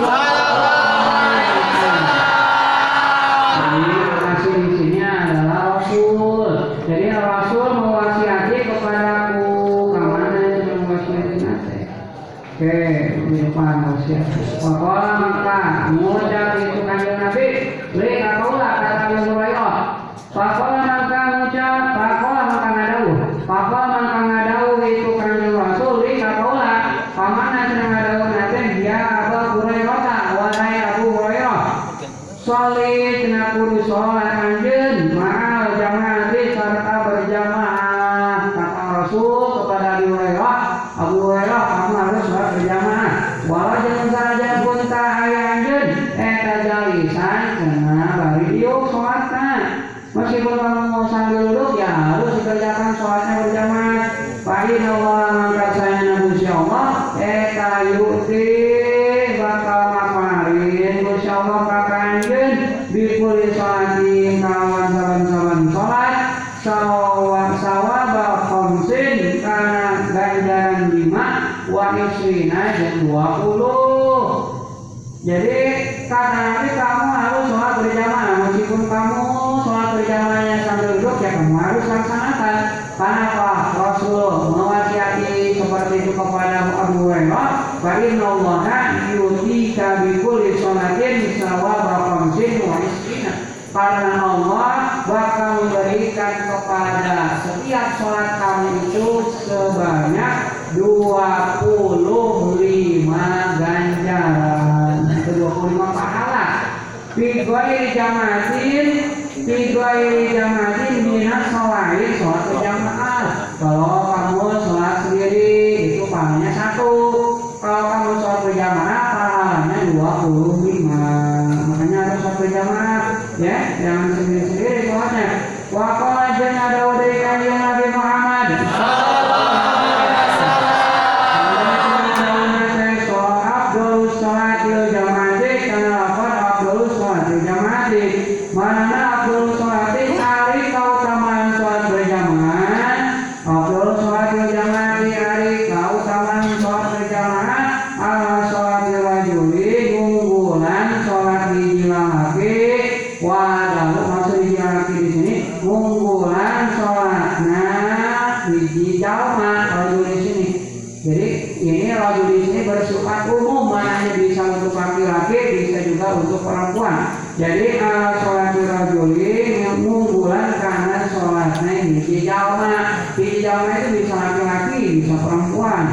Jadi bekasi di sini adalah Rasul. Jadi Rasul mewasiati kepadaku kamana yang mewasiati nate. Oke, di depan wasiat. Pakola maka mengucap itu kanjeng Nabi. Beli kaula kata Abu Hurairah. Pakola maka mengucap, pakola maka ngadauh. Pakola maka ngadauh itu kanjeng Rasul. Beli kaula kamana cenah ngadauh nate dia Abu Hurairah. Wahai Abu Hurairah. Sholli cenah kudu sholat anjeun ma'al jamaah serta berjamaah. Kata Rasul kepada Abu Hurairah, Abu Hurairah kamu harus sholat berjamaah. Walau jangan saja pun tak aya anjeun eta jalisan cenah bari diuk sholatna. Meskipun kamu mau sambil duduk ya harus dikerjakan sholatnya berjamaah. Fa inna Allah maka saya Gusti Allah eta yuti bakal maparin Gusti Allah ka kanjeun bikuli sholatin kawan saban-saban sholat sawa sawaba khamsin kana ganjaran lima wa isrina jeung dua puluh. Jadi kata Nabi kamu harus sholat berjamaah meskipun kamu sholat berjamaahnya sambil duduk ya kamu harus laksanakan. Kenapa? Rasul mewasiati seperti itu kepada Abu Hurairah. Fa innallaha yu'tika bi kulli sholatin sawaba khamsin wa isrina. Karena Allah bakal memberikan kepada setiap sholat kamu itu sebanyak dua puluh lima ganjaran, dua puluh lima pahala. Fi ghairi jamaatin, fi ghairi jamaatin minas sholatin, sholat berjamaah. Kalau kamu sholat sendiri itu pahalanya satu. Kalau kamu sholat berjamaah pahalanya dua puluh lima. Makanya harus sholat berjamaah, ya, jangan sendiri-sendiri sholatnya. Wa qala janna Daud kanjeng Nabi Muhammad mana Abdul Sholati hari keutamaan sholat berjamaah. Abdul Sholati berjamaah hari keutamaan sholat berjamaah. Ala sholat rajuli unggulan sholat hiji laki. Wadah maksud hiji laki di sini unggulan sholatna hiji jalma rajul di sini. Jadi ini rajul di sini bersifat umum, maknanya bisa untuk laki-laki, bisa juga untuk perempuan. Jadi ala sholat rajuli yang unggulan karena sholatnya hiji jalma. Hiji jalma itu bisa laki-laki, bisa perempuan.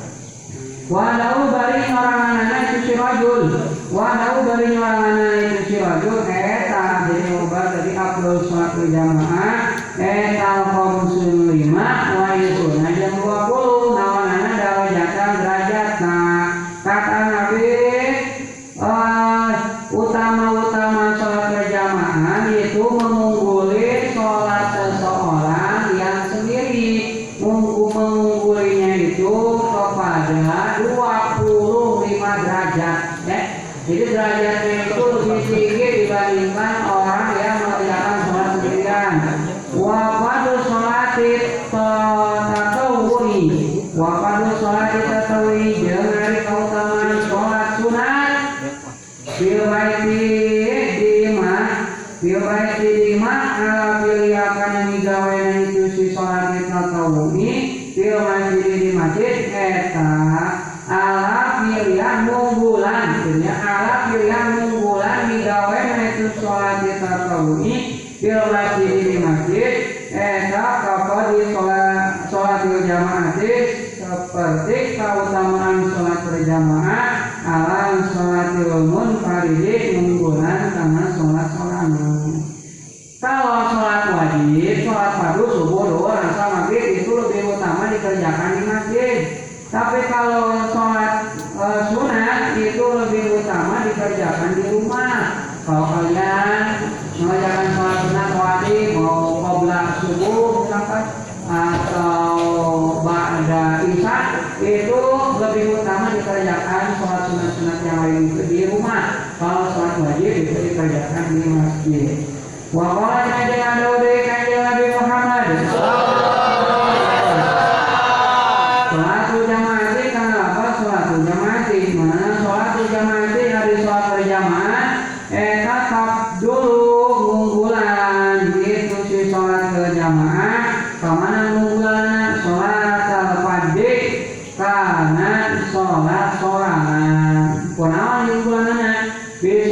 Walau bari nyoranganana itu si rajul. Walau bari nyoranganana itu si rajul. Eta jadi obat dari Abdul sholat berjamaah. Eta khamsun lima wa yusuna jam dua puluh. Nawanana darajatan derajatna. Kata Nabi uh, utama-utama sholat berjamaah itu mengungguli sholat seseorang yang sendiri. Mengunggulinya itu kepada dua puluh lima derajat, ya. Jadi derajatnya itu lebih tinggi dibandingkan orang yang mengerjakan sholat sendirian. Wafadu sholatit tatawwi, wafadu sholatit tatawwi jeung hari keutamaan sholat sunat. Bil baiti dima, bil baiti dima ala pilihakan yang digawean itu si sholat tatawwi. Bil masjid di masjid eta ala pilihan munggulan, artinya ala pilihan munggulan digawean itu sholat tatawwi. Bil masjid di masjid eta kapadi sholat sholat berjamaah seperti keutamaan sholat berjamaah ala sholatil munfaridi munggulan karena sholat sholat. Kalau sholat wajib, sholat fardu subuh, duhur, asar, maghrib itu lebih utama dikerjakan di masjid. Tapi kalau sholat e, sunat itu lebih utama dikerjakan di rumah. Kalau kalian mengerjakan sholat sunat wajib mau qabla subuh misalkan atau ba'da isya itu lebih utama dikerjakan sholat sunat-sunat yang lain itu di rumah. Kalau sholat wajib itu dikerjakan di masjid. Wa qala kanjeng Daud kanjeng Nabi Muhammad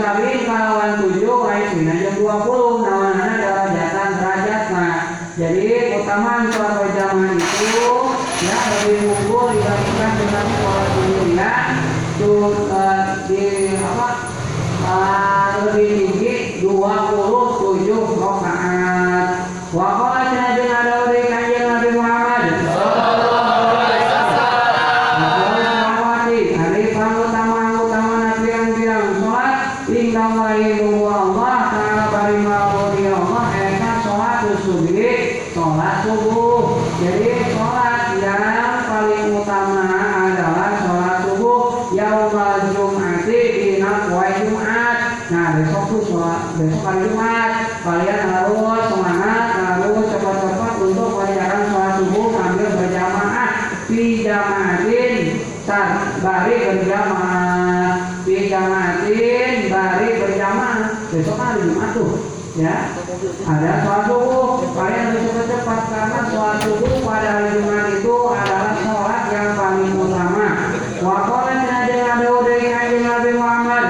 Bisabi kalawan tujuh lain sina jam dua puluh nawanana derajatan derajatna. Jadi keutamaan sholat berjamaah itu ya lebih unggul dibandingkan dengan sholat sendirian. Itu uh, di apa uh, lebih tinggi dua puluh tujuh rakaat. Wa qala jeung ada dari kanjeng Nabi Muhammad sholat subuh. Jadi sholat yang paling utama adalah sholat subuh yaumal jum'ati dina poe Jumat. Nah besok tuh sholat, besok hari Jumat kalian harus semangat, harus cepat-cepat untuk mengerjakan sholat subuh sambil berjamaah fi jamaatin bari berjamaah fi jamaatin bari berjamaah. Besok hari Jumat tuh ya ada sholat subuh, kalian harus cepat-cepat karena sholat subuh pada hari Jumat itu adalah sholat yang paling utama. Wa qala ada ada dari kanjeng Nabi Muhammad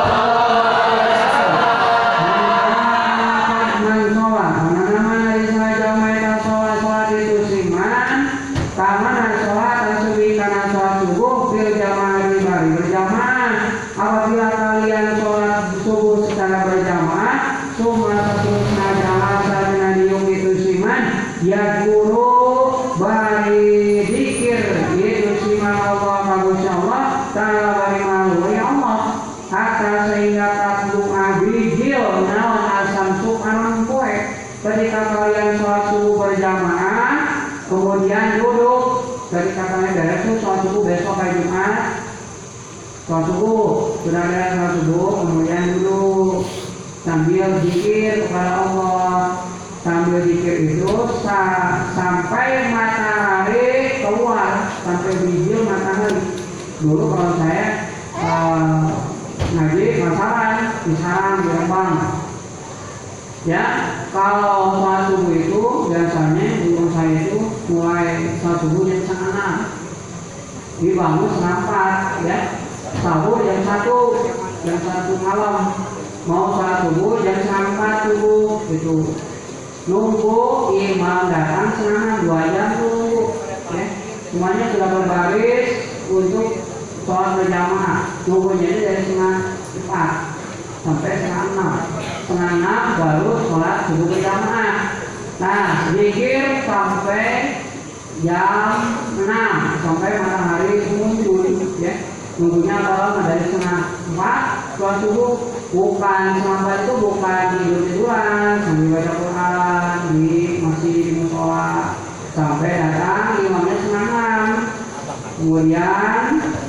man sholat nama dari sengaja main sholat sholat itu siman kamana sholat asubi karena sholat subuh bil jamaah di bari berjamaah. Apabila kalian sholat subuh secara berjamaah semua satu najalah dengan diung itu siman ya guru bari zikir itu siman Allah bagusnya Allah ta'ala bari malu ya Allah hatta sehingga takluk abijil nawan asam sukanan poe. Ketika kalian sholat subuh berjamaah kemudian duduk, ketika kalian beres tuh sholat subuh besok hari Jumat sholat subuh sudah beres sholat subuh kemudian duduk sambil zikir kepada Allah. Sambil zikir itu sa sampai matahari keluar, sampai bijil matahari. Dulu kalau saya uh, ngaji masalah di sarang di Rembang ya, kalau sholat subuh itu biasanya dulu saya itu mulai sholat subuh jam setengah enam dibangun setengah empat ya, sahur jam satu jam satu malam, mau sholat subuh jam empat subuh itu nunggu imam datang setengah dua jam tunggu ya. Semuanya sudah berbaris untuk sholat berjamaah, nunggunya ini dari setengah empat sampai setengah enam setengah enam baru sholat subuh berjamaah. Nah zikir sampai jam enam sampai matahari muncul ya. Nunggunya kalau dari setengah empat sholat subuh. Bukan selamat itu bukan tidur-tiduran sambil baca Quran di masjid di musola sampai datang imamnya setengah enam, kemudian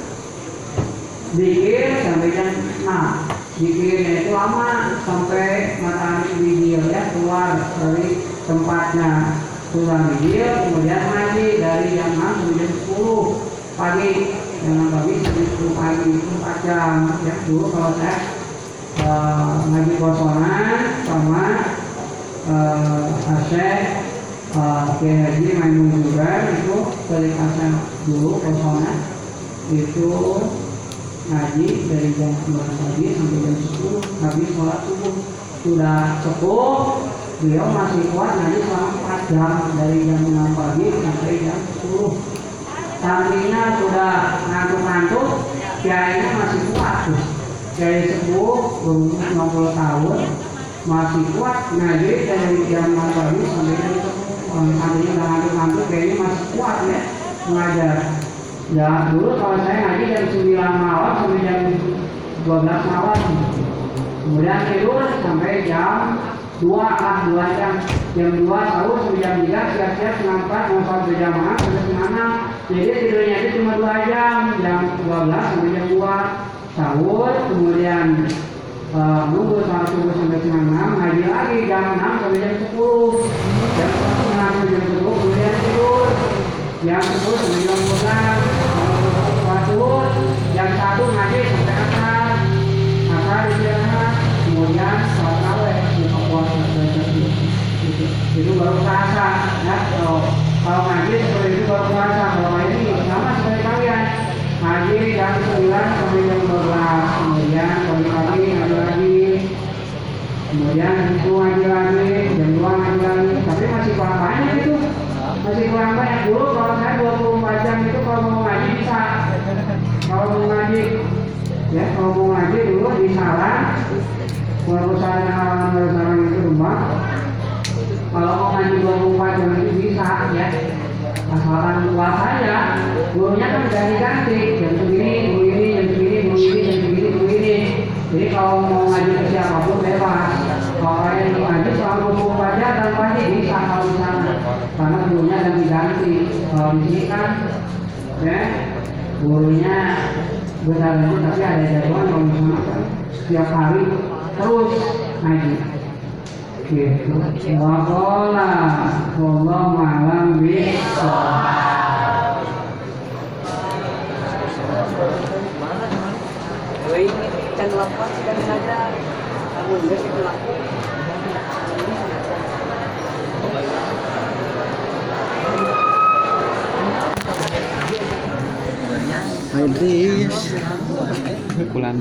zikir sampai jam enam. Zikirnya itu lama sampai matahari bijil ya keluar dari tempatnya sudah bijil, kemudian ngaji dari jam enam sampai jam sepuluh pagi, jangan pagi sampai sepuluh pagi empat jam ya. Dulu kalau saya Uh, ngaji kosongan sama uh, Asyik uh, Kiai Haji Maimun juga itu dari asal dulu kosongan itu ngaji dari jam sembilan pagi sampai jam sepuluh habis sholat subuh. Sudah sepuh beliau masih kuat ngaji selama empat jam dari jam enam pagi sampai jam sepuluh. Sampingnya sudah ngantuk-ngantuk, kiainya masih kuat tuh. Kiai sepuh umur enam puluh tahun masih kuat ngaji dari jam enam pagi sampai jam sepuluh. Sampingnya udah ngantuk-ngantuk, kayaknya masih kuat ya mengajar. Ya dulu kalau saya ngaji jam sembilan malam sampai jam dua belas malam, kemudian tidur sampai jam dua ah dua jam, jam dua sahur sampai jam tiga, siap-siap setengah empat mau sholat berjamaah sampai setengah enam. Jadi tidurnya itu cuma dua jam, jam dua belas sampai jam dua sahur, kemudian uh, nunggu sholat subuh sampai setengah enam, ngaji lagi jam enam sampai jam sepuluh, jam setengah sampai jam sepuluh, kemudian tidur jam sepuluh sampai jam sebelas, sholat subuh jam satu ngaji sampai asar, asar istirahat, kemudian sholat raweh buka puasa itu, itu baru puasa ya. Kalau kalau ngaji seperti itu baru puasa. Kalau ini sama seperti kalian ngaji jam sembilan sampai jam dua belas, kemudian pagi-pagi ngaji lagi kemudian itu ngaji lagi, jam dua ngaji lagi, tapi masih kurang banyak itu, masih kurang banyak. Dulu kalau saya dua puluh empat jam itu kalau mau ngaji bisa, kalau mau ngaji, ya kalau mau ngaji dulu di saran, kalau saya halaman saran itu rumah, kalau mau ngaji dua puluh empat jam itu bisa, ya. Asalkan kuat saja, gurunya kan ganti-ganti, jam segini, guru ini, jam segini, guru ini, jam segini, guru ini. Jadi kalau mau ngaji ke siapapun bebas. Kalau kalian mau ngaji selama dua puluh empat jam dan pasti bisa kalau di sana, karena gurunya ganti-ganti. Kalau di sini kan, ya, gurunya besar itu tapi ada jadwal. Kalau di sana kan setiap hari terus ngaji. Gitu. Waqala wallahu a'lam bishawab. Oi, can lapas dan saja. Kamu enggak itu laku. Idris pulang